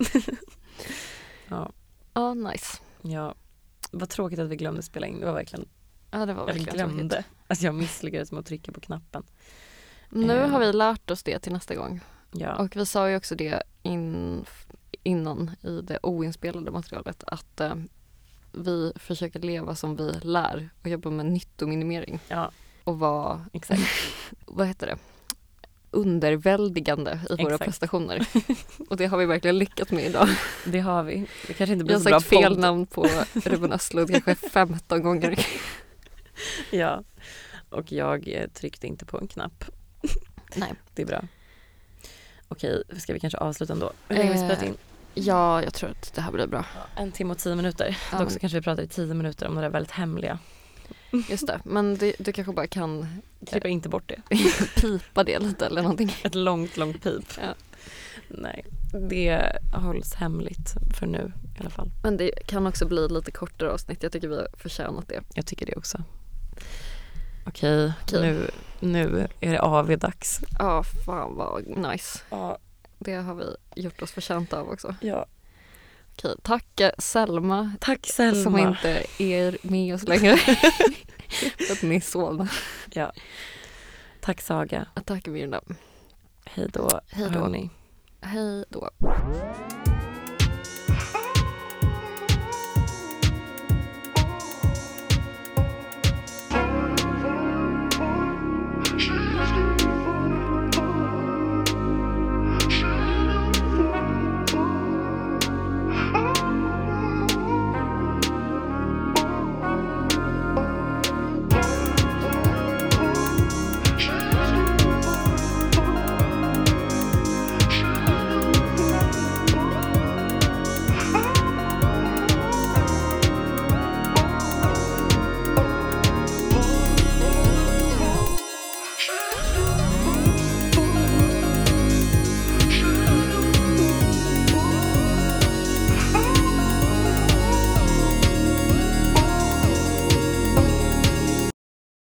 S2: Ja.
S1: Ja, nice.
S2: Ja. Vad tråkigt att vi glömde spela in. Det var verkligen,
S1: Ja, det var
S2: jag
S1: verkligen
S2: glömde.
S1: tråkigt.
S2: Alltså jag misslyckades med att trycka på knappen.
S1: Nu
S2: Eh.
S1: har vi lärt oss det till nästa gång.
S2: Ja.
S1: Och vi sa ju också det in, innan i det oinspelade materialet att eh, vi försöker leva som vi lär och jobba med nyttominimering
S2: Ja,
S1: och vara,
S2: exakt.
S1: vad heter det, underväldigande i våra
S2: Exakt.
S1: prestationer. Och det har vi verkligen lyckats med idag.
S2: Det har vi. Det kanske inte
S1: Jag
S2: blir
S1: har
S2: så bra
S1: sagt fel
S2: podd.
S1: namn på Ruben Östlund kanske femton gånger.
S2: Ja. Och jag eh, tryckte inte på en knapp.
S1: Nej.
S2: Det är bra. Okej, ska vi kanske avsluta ändå? Hur länge har vi spelat in?
S1: Ja, jag tror att det här blir bra.
S2: En timme och tio minuter.
S1: Ja.
S2: Dock så kanske vi pratar i tio minuter om det där väldigt hemliga.
S1: Just det, men det, du kanske bara kan
S2: Klippa inte bort det.
S1: pipa det lite eller någonting.
S2: Ett långt, långt pip.
S1: Ja.
S2: Nej, det hålls hemligt för nu i alla fall.
S1: Men det kan också bli lite kortare avsnitt. Jag tycker vi har förtjänat det.
S2: Jag tycker det också. Okej,
S1: Okej.
S2: Nu, nu är det A V-dags.
S1: Ja, fan vad nice.
S2: Ja.
S1: Det har vi gjort oss förtjänta av också.
S2: Ja.
S1: Okej, tack eh, Selma,
S2: Tack Selma.
S1: som inte är med oss längre. För att ni sovna.
S2: Ja. Tack Saga.
S1: Tack Mirna.
S2: Hej då.
S1: Hej då.
S2: hörni.
S1: Hej då.